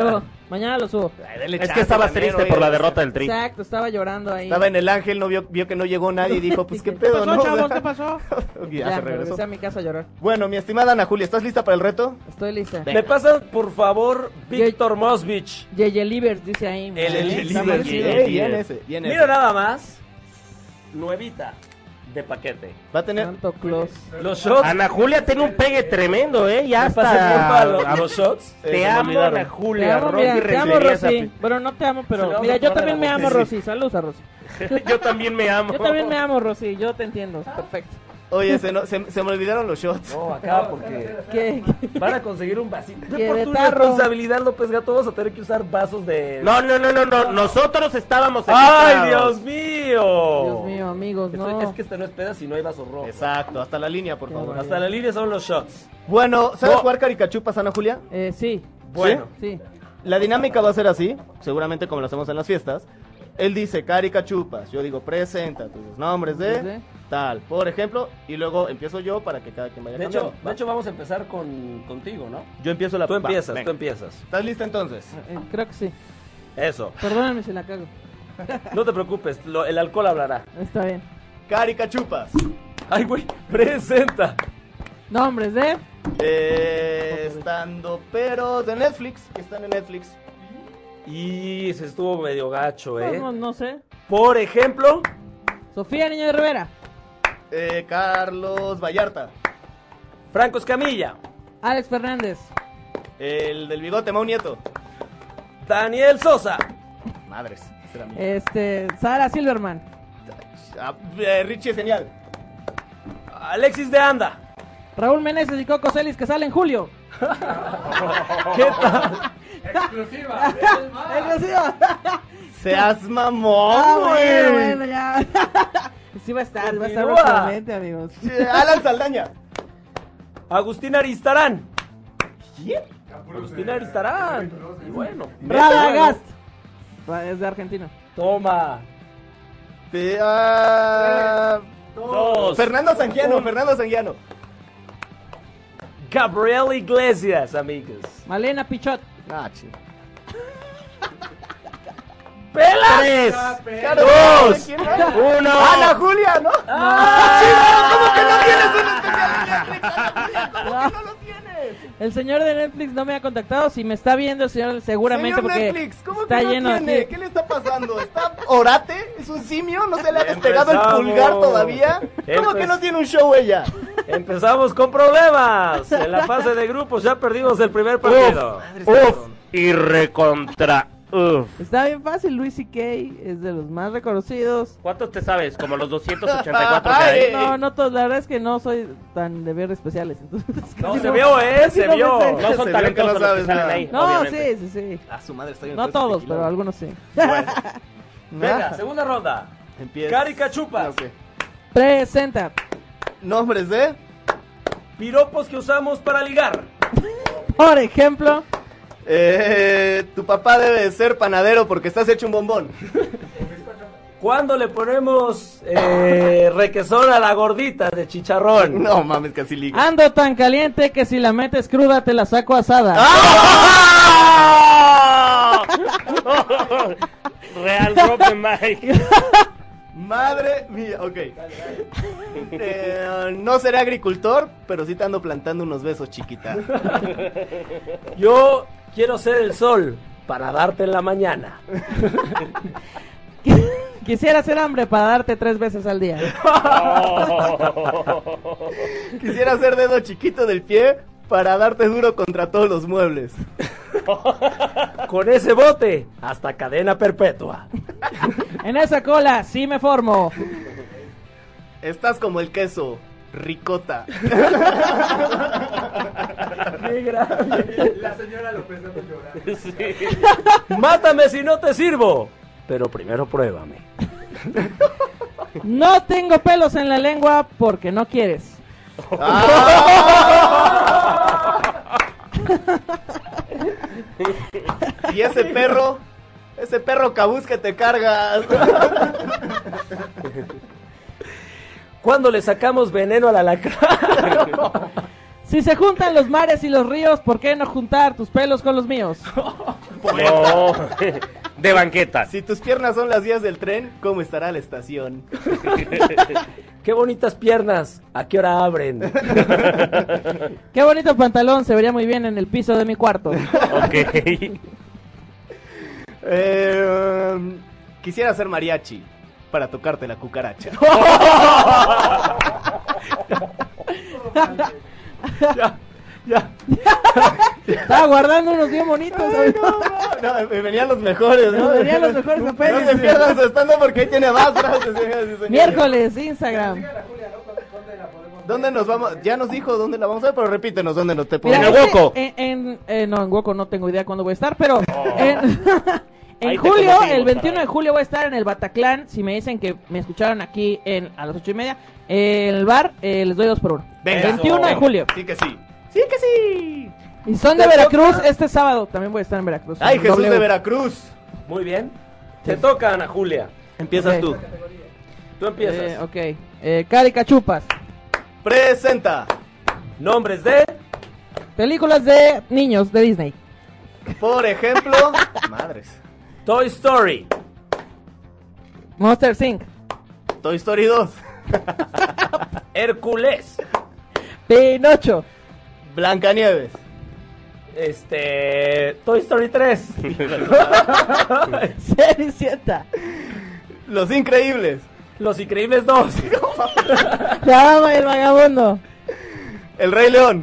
S9: Mañana lo subo.
S4: Es que estaba triste por la derrota del Tri.
S9: Exacto, estaba llorando ahí.
S3: Estaba en el Ángel, no vio que no llegó nadie y dijo, pues qué
S9: ¿Qué
S3: pedo,
S9: pasó,
S3: ¿no?
S9: chavos? ¿Qué pasó?
S3: Ya se regresó.
S9: regresé a mi casa a llorar.
S3: Bueno, mi estimada Ana Julia, ¿estás lista para el reto?
S9: Estoy lista.
S2: ¿Me pasas, por favor, Víctor Mosvich?
S9: Yeye Livers dice ahí.
S2: El
S9: Está
S2: Livers,
S9: merecido.
S3: Bien ese, bien ese.
S2: Mira nada más. Nuevita de paquete.
S3: Va a tener...
S9: Santo Claus.
S2: Los shots.
S4: Ana Julia tiene un pegue tremendo, ya
S2: ¿Me pasas bien para
S4: está.
S2: los shots?
S4: Te
S3: se me
S4: amo,
S3: olvidaron.
S4: Ana
S9: Te
S4: Julia.
S9: amo,
S4: Rosy
S9: mira, te amo,
S4: recibiría esa
S9: Rosy. Bueno, no te amo,
S2: Se le
S9: pero
S2: vamos
S9: mira,
S2: a
S9: yo
S2: poner
S9: también
S2: la
S9: me
S2: boca,
S9: amo,
S2: sí.
S9: Rosy. Saludos a Rosy.
S4: Yo también me amo.
S9: Yo también me amo, Rosy. Yo te entiendo. Perfecto.
S3: Oye, se me olvidaron los shots.
S2: No, acá porque
S9: ¿Qué?
S2: van a conseguir un vasito.
S9: ¿Qué
S2: Por
S9: de
S2: tu
S9: tarro?
S2: responsabilidad, López Gato, vamos a tener que usar vasos de...
S4: No. Nosotros estábamos
S2: ¡Ay,
S4: equivocados.
S2: Dios mío!
S9: Dios mío, amigos, no.
S2: Es que este no es peda si no hay vaso rojo.
S3: Exacto, hasta la línea, por favor.
S2: Hasta la línea son los shots.
S3: Bueno, ¿sabes
S2: No.
S3: jugar caricachupas, Ana Julia?
S9: Sí,
S2: Bueno,
S9: sí.
S3: La dinámica va a ser así, seguramente como lo hacemos en las fiestas. Él dice caricachupas, yo digo presenta tus nombres de
S9: ¿Sí?
S3: tal, por ejemplo, y luego empiezo yo para que cada quien vaya cambiando.
S2: de hecho vamos a empezar contigo, ¿no?
S3: Yo empiezo la...
S2: Tú
S3: va,
S2: empiezas,
S3: venga.
S2: tú empiezas.
S3: ¿Estás lista entonces?
S9: Creo que sí.
S2: Eso.
S9: Perdóname si la cago.
S2: No te preocupes, el alcohol hablará.
S9: Está bien.
S3: Caricachupas.
S2: Ay, güey, presenta.
S9: Nombres de...
S3: Estando pero de Netflix, que están en Netflix.
S2: Y se estuvo medio gacho,
S9: No sé.
S2: Por ejemplo,
S9: Sofía Niño de Rivera.
S3: Carlos Vallarta.
S2: Franco Escamilla,
S9: Alex Fernández.
S3: El del bigote, Mau Nieto.
S2: Daniel Sosa,
S3: Madres, ese era mío.
S9: Sara Silverman.
S3: Richie es genial.
S2: Alexis de Anda.
S9: Raúl Meneses y Coco Celis, que sale en julio.
S2: ¿Qué tal?
S5: Exclusiva.
S9: Exclusiva.
S3: Seas mamón,
S9: Bueno,
S3: güey.
S9: ya. Sí va a estar
S2: Continúa.
S9: próximamente, amigos.
S3: Alan Saldaña.
S2: Agustín Aristarán. ¿Quién? Agustín Aristarán. Y bueno.
S9: Radagast. Es de Argentina.
S2: Toma.
S3: Dos. Fernando Sangiano.
S2: Gabriel Iglesias, amigos.
S9: Malena Pichot.
S3: Ah, chido.
S2: ¡Pelas!
S3: Dos.
S4: Uno.
S3: Ana Julia, ¿no? ¿Cómo que no tienes un especial? ¿Cómo que no lo tienes?
S9: El señor de Netflix no me ha contactado. Si me está viendo el señor, seguramente
S3: Señor
S9: porque
S3: Netflix, ¿cómo
S9: está
S3: que no
S9: lleno
S3: tiene?
S9: aquí.
S3: ¿Qué le está pasando? ¿Está orate? ¿Es un simio? ¿No se le ha despegado el
S2: Empezamos.
S3: pulgar todavía? ¿Cómo que no tiene un show ella?
S2: Empezamos con problemas. En la fase de grupos ya perdimos el primer partido.
S4: Uf, y recontra. Uf.
S9: Está bien fácil. Luis C.K. es de los más reconocidos.
S4: ¿Cuántos te sabes? Como los 284 que hay.
S9: No todos. La verdad es que no soy tan de ver especiales. Entonces,
S2: No,
S9: casi
S2: se vio,
S9: casi
S2: se
S9: no me
S2: vio.
S9: sé.
S4: No
S3: Se
S4: son
S3: ve
S4: talentosos
S3: que no
S4: los que
S3: sabes
S4: salen
S3: nada.
S4: ahí.
S9: No,
S4: obviamente.
S9: sí.
S3: A su madre, está bien.
S9: No todos, pero algunos sí.
S2: Venga, segunda ronda.
S3: Empieza.
S2: Caricachupas.
S3: Ok.
S9: Presenta.
S3: Nombres de...
S2: Piropos que usamos para ligar.
S9: Por ejemplo,
S3: tu papá debe de ser panadero porque estás hecho un bombón.
S2: ¿Cuándo le ponemos requesón a la gordita de chicharrón?
S3: No mames, casi liga.
S9: ando tan caliente que si la metes cruda te la saco asada.
S4: Real drop de Mike.
S3: Madre mía, ok. No seré agricultor, pero sí te ando plantando unos besos, chiquita.
S2: Yo quiero ser el sol para darte en la mañana.
S9: Quisiera hacer hambre para darte 3 veces al día.
S3: Quisiera hacer dedo chiquito del pie para darte duro contra todos los muebles.
S2: Con ese bote, hasta cadena perpetua.
S9: En esa cola sí me formo.
S3: Estás como el queso, ricota.
S2: Qué grave.
S5: La señora López anda llorando.
S4: Sí.
S2: Mátame si no te sirvo, pero primero pruébame.
S9: No tengo pelos en la lengua porque no quieres.
S3: Y ese perro cabús que te cargas.
S2: ¿Cuándo le sacamos veneno al alacrán?
S9: Si se juntan los mares y los ríos, ¿por qué no juntar tus pelos con los míos?
S4: No, de banqueta.
S3: Si tus piernas son las vías del tren, ¿cómo estará la estación?
S2: Qué bonitas piernas. ¿A qué hora abren?
S9: Qué bonito pantalón, se vería muy bien en el piso de mi cuarto.
S4: Ok.
S3: Quisiera ser mariachi para tocarte la cucaracha. Ya.
S9: Estaba guardando unos bien bonitos.
S3: No, me venían los mejores, ¿no?
S9: Me venían los mejores
S3: No
S9: papeles.
S3: se pierdan su stand porque ahí tiene más frases, señoras y señores.
S9: Miércoles, Instagram.
S3: ¿Dónde nos vamos? Ya nos dijo dónde la vamos a ver, pero repítenos dónde nos te
S9: Mira,
S3: ponemos.
S4: En el Woco.
S9: No, en Woco no tengo idea cuándo voy a estar, pero en
S4: Ahí te
S9: julio,
S4: conocimos,
S9: el 21
S4: caray.
S9: de julio voy a estar en el Bataclan. Si me dicen que me escucharon aquí a las 8:30, el bar, les doy 2 por 1.
S3: Venga.
S9: 21 de julio.
S3: Sí que sí. Sí que sí.
S9: Y son de
S2: Te
S9: Veracruz
S2: toca.
S9: este sábado. También voy a estar en Veracruz.
S3: Ay,
S9: en
S3: Jesús
S9: W.
S3: de Veracruz.
S2: Muy bien. Te toca, Ana Julia.
S3: Empiezas
S9: Ok.
S3: tú.
S2: Tú empiezas.
S9: Ok. Caricachupas.
S3: Presenta.
S2: Nombres de...
S9: Películas de niños de Disney.
S3: Por ejemplo. Madres.
S2: Toy Story.
S9: Monster Inc.
S3: Toy Story 2.
S2: Hércules.
S9: Pinocho.
S3: Blancanieves.
S2: Toy Story 3.
S9: Cenicienta.
S3: Los Increíbles.
S2: Los Increíbles 2.
S9: La Dama y el Vagabundo.
S3: El Rey León.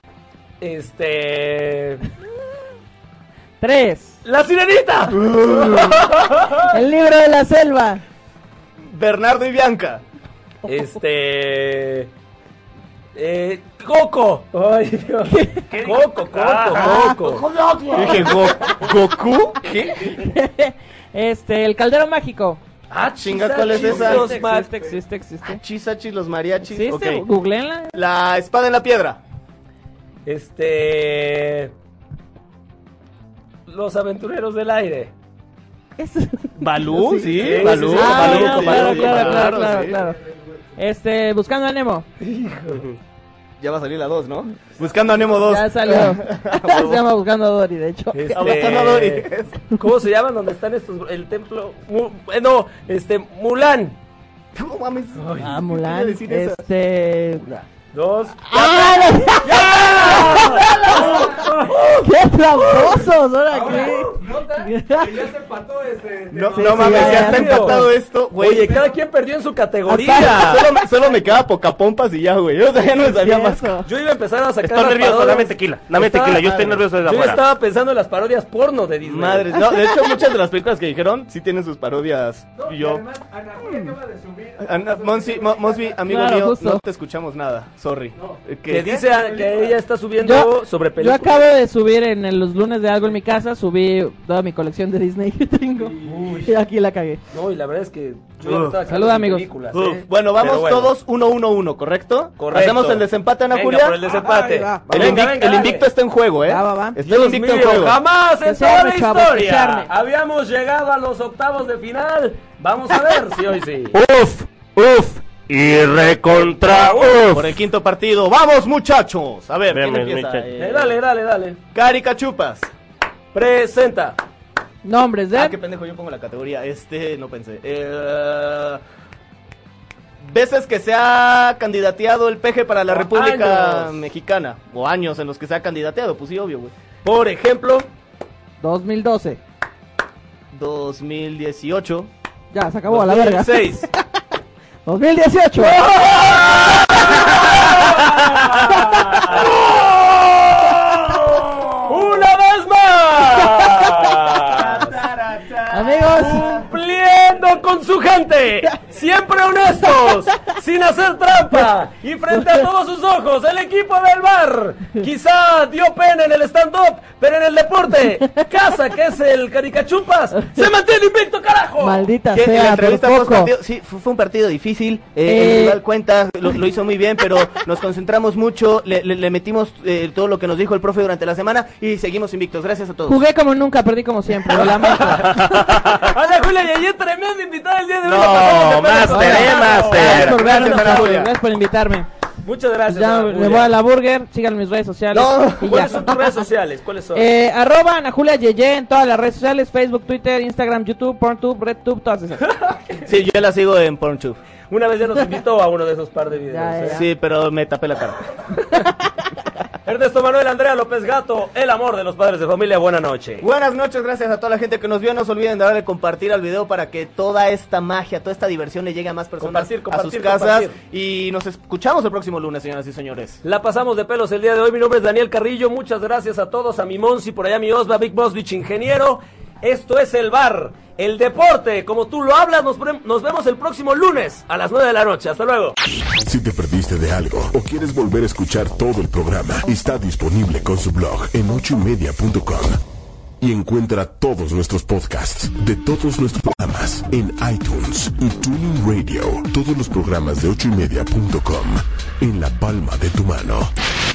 S9: 3.
S2: La Sirenita.
S9: El libro de la selva.
S3: Bernardo y Bianca.
S2: Coco. Ay, Dios. Coco.
S3: Dije Goku. ¿Qué?
S9: El Caldero Mágico.
S3: Ah, chinga, ¿cuál es esa?
S9: Existe.
S3: Chisachis, los mariachis.
S9: ¿Existe?
S3: Ok.
S9: Googleenla.
S3: La espada en la piedra.
S2: Los Aventureros del Aire.
S3: ¿Balú? Sí,
S2: sí,
S3: Balú.
S2: sí, sí.
S9: Ah,
S3: Balú,
S9: claro,
S3: sí,
S9: claro.
S3: sí.
S9: Buscando a Nemo.
S3: Ya va a salir la 2, ¿no? Buscando a Nemo 2.
S9: Ya salió. Se llama Buscando a Dory, de hecho.
S3: Buscando a Dory.
S2: ¿Cómo se llaman? ¿Dónde están estos? El templo. Mulan.
S3: No mames.
S9: Ah,
S3: ¿qué
S9: Mulan.
S3: quiere decir esa?
S2: 2.
S9: ¡Qué tramposos! ¿Ahora qué?
S5: Que ya se empató
S3: No,
S9: Sí,
S3: no
S9: sí,
S3: mames,
S9: ya,
S3: ya está
S9: ya.
S3: empatado esto, güey.
S2: Oye, cada quien perdió en su categoría.
S3: Solo me queda Pocapompas y ya, güey. Yo ya no me sabía más.
S2: Yo iba a empezar a sacar
S4: Estoy
S2: las
S4: nervioso,
S2: parodias.
S4: dame tequila. Dame tequila, yo estoy nervioso desde
S2: Yo
S4: afuera.
S2: estaba pensando en las parodias porno de Disney.
S3: Madre, no, de hecho muchas de las películas que dijeron sí tienen sus parodias. Y yo,
S5: Además, Ana Julia acaba de subir.
S3: Mosby, amigo
S9: Claro,
S3: mío,
S9: justo.
S3: no te escuchamos nada, sorry.
S2: Que dice que ella está subiendo sobre
S9: Yo
S2: películas.
S9: acabo de subir en los lunes de algo en mi casa, subí toda mi colección de Disney que tengo. Y aquí la cagué.
S2: No, y la verdad es que yo ya me estaba
S9: Salud, amigos.
S2: películas,
S3: Bueno, vamos
S2: Pero bueno.
S3: todos 1-1-1, ¿correcto?
S2: Correcto.
S3: Hacemos el desempate, Ana
S2: Venga,
S3: Julia.
S2: por el desempate.
S9: Ahí va.
S3: El invicto está en juego, ¿eh?
S9: Va.
S3: Está el
S2: Dios
S3: invicto en
S2: mío,
S3: juego.
S2: jamás en
S9: Que se
S2: toda
S9: arme,
S2: la
S9: chavos, que se
S2: historia
S9: arme.
S2: habíamos llegado a los octavos de final. Vamos a ver si hoy sí.
S4: Uf. Y recontra
S3: Por el quinto partido. ¡Vamos, muchachos! A ver, ¿quién
S4: Veme,
S3: empieza?
S4: muchachos.
S2: Dale.
S3: Caricachupas.
S2: Presenta.
S9: Nombres de...
S3: Ah, qué pendejo, yo pongo la categoría. No pensé. Veces que se ha candidateado el peje para la
S2: O
S3: República
S2: años.
S3: Mexicana. O años en los que se ha candidateado, pues sí, obvio, güey.
S2: Por ejemplo,
S9: 2012.
S3: 2018.
S9: Ya, se acabó a la verga.
S2: 2006.
S9: 2018.
S2: ¡Una vez más!
S9: Amigos,
S2: Cumpliendo con su gente, siempre honestos, sin hacer trampa y frente a todos sus ojos, el equipo del bar quizá dio pena en el stand-up, pero en el deporte, casa que es el Caricachupas, se mantiene invicto, carajo.
S9: maldita
S3: Que en la
S9: sea, por
S3: entrevista
S9: poco.
S3: post-partido, sí, fue un partido difícil. El rival cuenta, lo hizo muy bien, pero nos concentramos mucho. Le metimos todo lo que nos dijo el profe durante la semana y seguimos invictos. Gracias a todos.
S9: Jugué como nunca, perdí como siempre, lo lamento.
S2: Ana Julia y ayer tremendo invitada el día de hoy.
S4: No,
S2: la pasamos de pena.
S4: Master,
S9: Gracias por
S3: Gracias, Ana Julia.
S9: gracias por invitarme.
S2: Muchas gracias.
S9: Ya me voy a la burger, sigan mis redes sociales. Y
S2: ¿Cuáles
S9: ya.
S2: son tus redes sociales? ¿Cuáles son?
S9: Arroba Ana Julia Yeye en todas las redes sociales, Facebook, Twitter, Instagram, YouTube, Porntube, RedTube, todas esas.
S3: Sí, yo la sigo en Pornhub.
S2: Una vez ya nos invitó a uno de esos par de videos.
S9: Ya.
S3: Sí, pero me tapé la cara.
S2: Ernesto Manuel Andrea López Gato, el amor de los padres de familia, buena noche.
S3: Buenas noches, gracias a toda la gente que nos vio. No se olviden de darle compartir al video para que toda esta magia, toda esta diversión le llegue a más personas a sus casas. Y nos escuchamos el próximo lunes, señoras y señores.
S2: La pasamos de pelos el día de hoy. Mi nombre es Daniel Carrillo. Muchas gracias a todos, a mi Monsi, por allá mi Osva, Big Bosvich, ingeniero. Esto es El Bar, el deporte, como tú lo hablas. Nos vemos el próximo lunes a las 9 de la noche. Hasta luego.
S1: Si te perdiste de algo o quieres volver a escuchar todo el programa, está disponible con su blog en 8ymedia.com. Y encuentra todos nuestros podcasts de todos nuestros programas en iTunes y Tuning Radio. Todos los programas de 8ymedia.com en la palma de tu mano.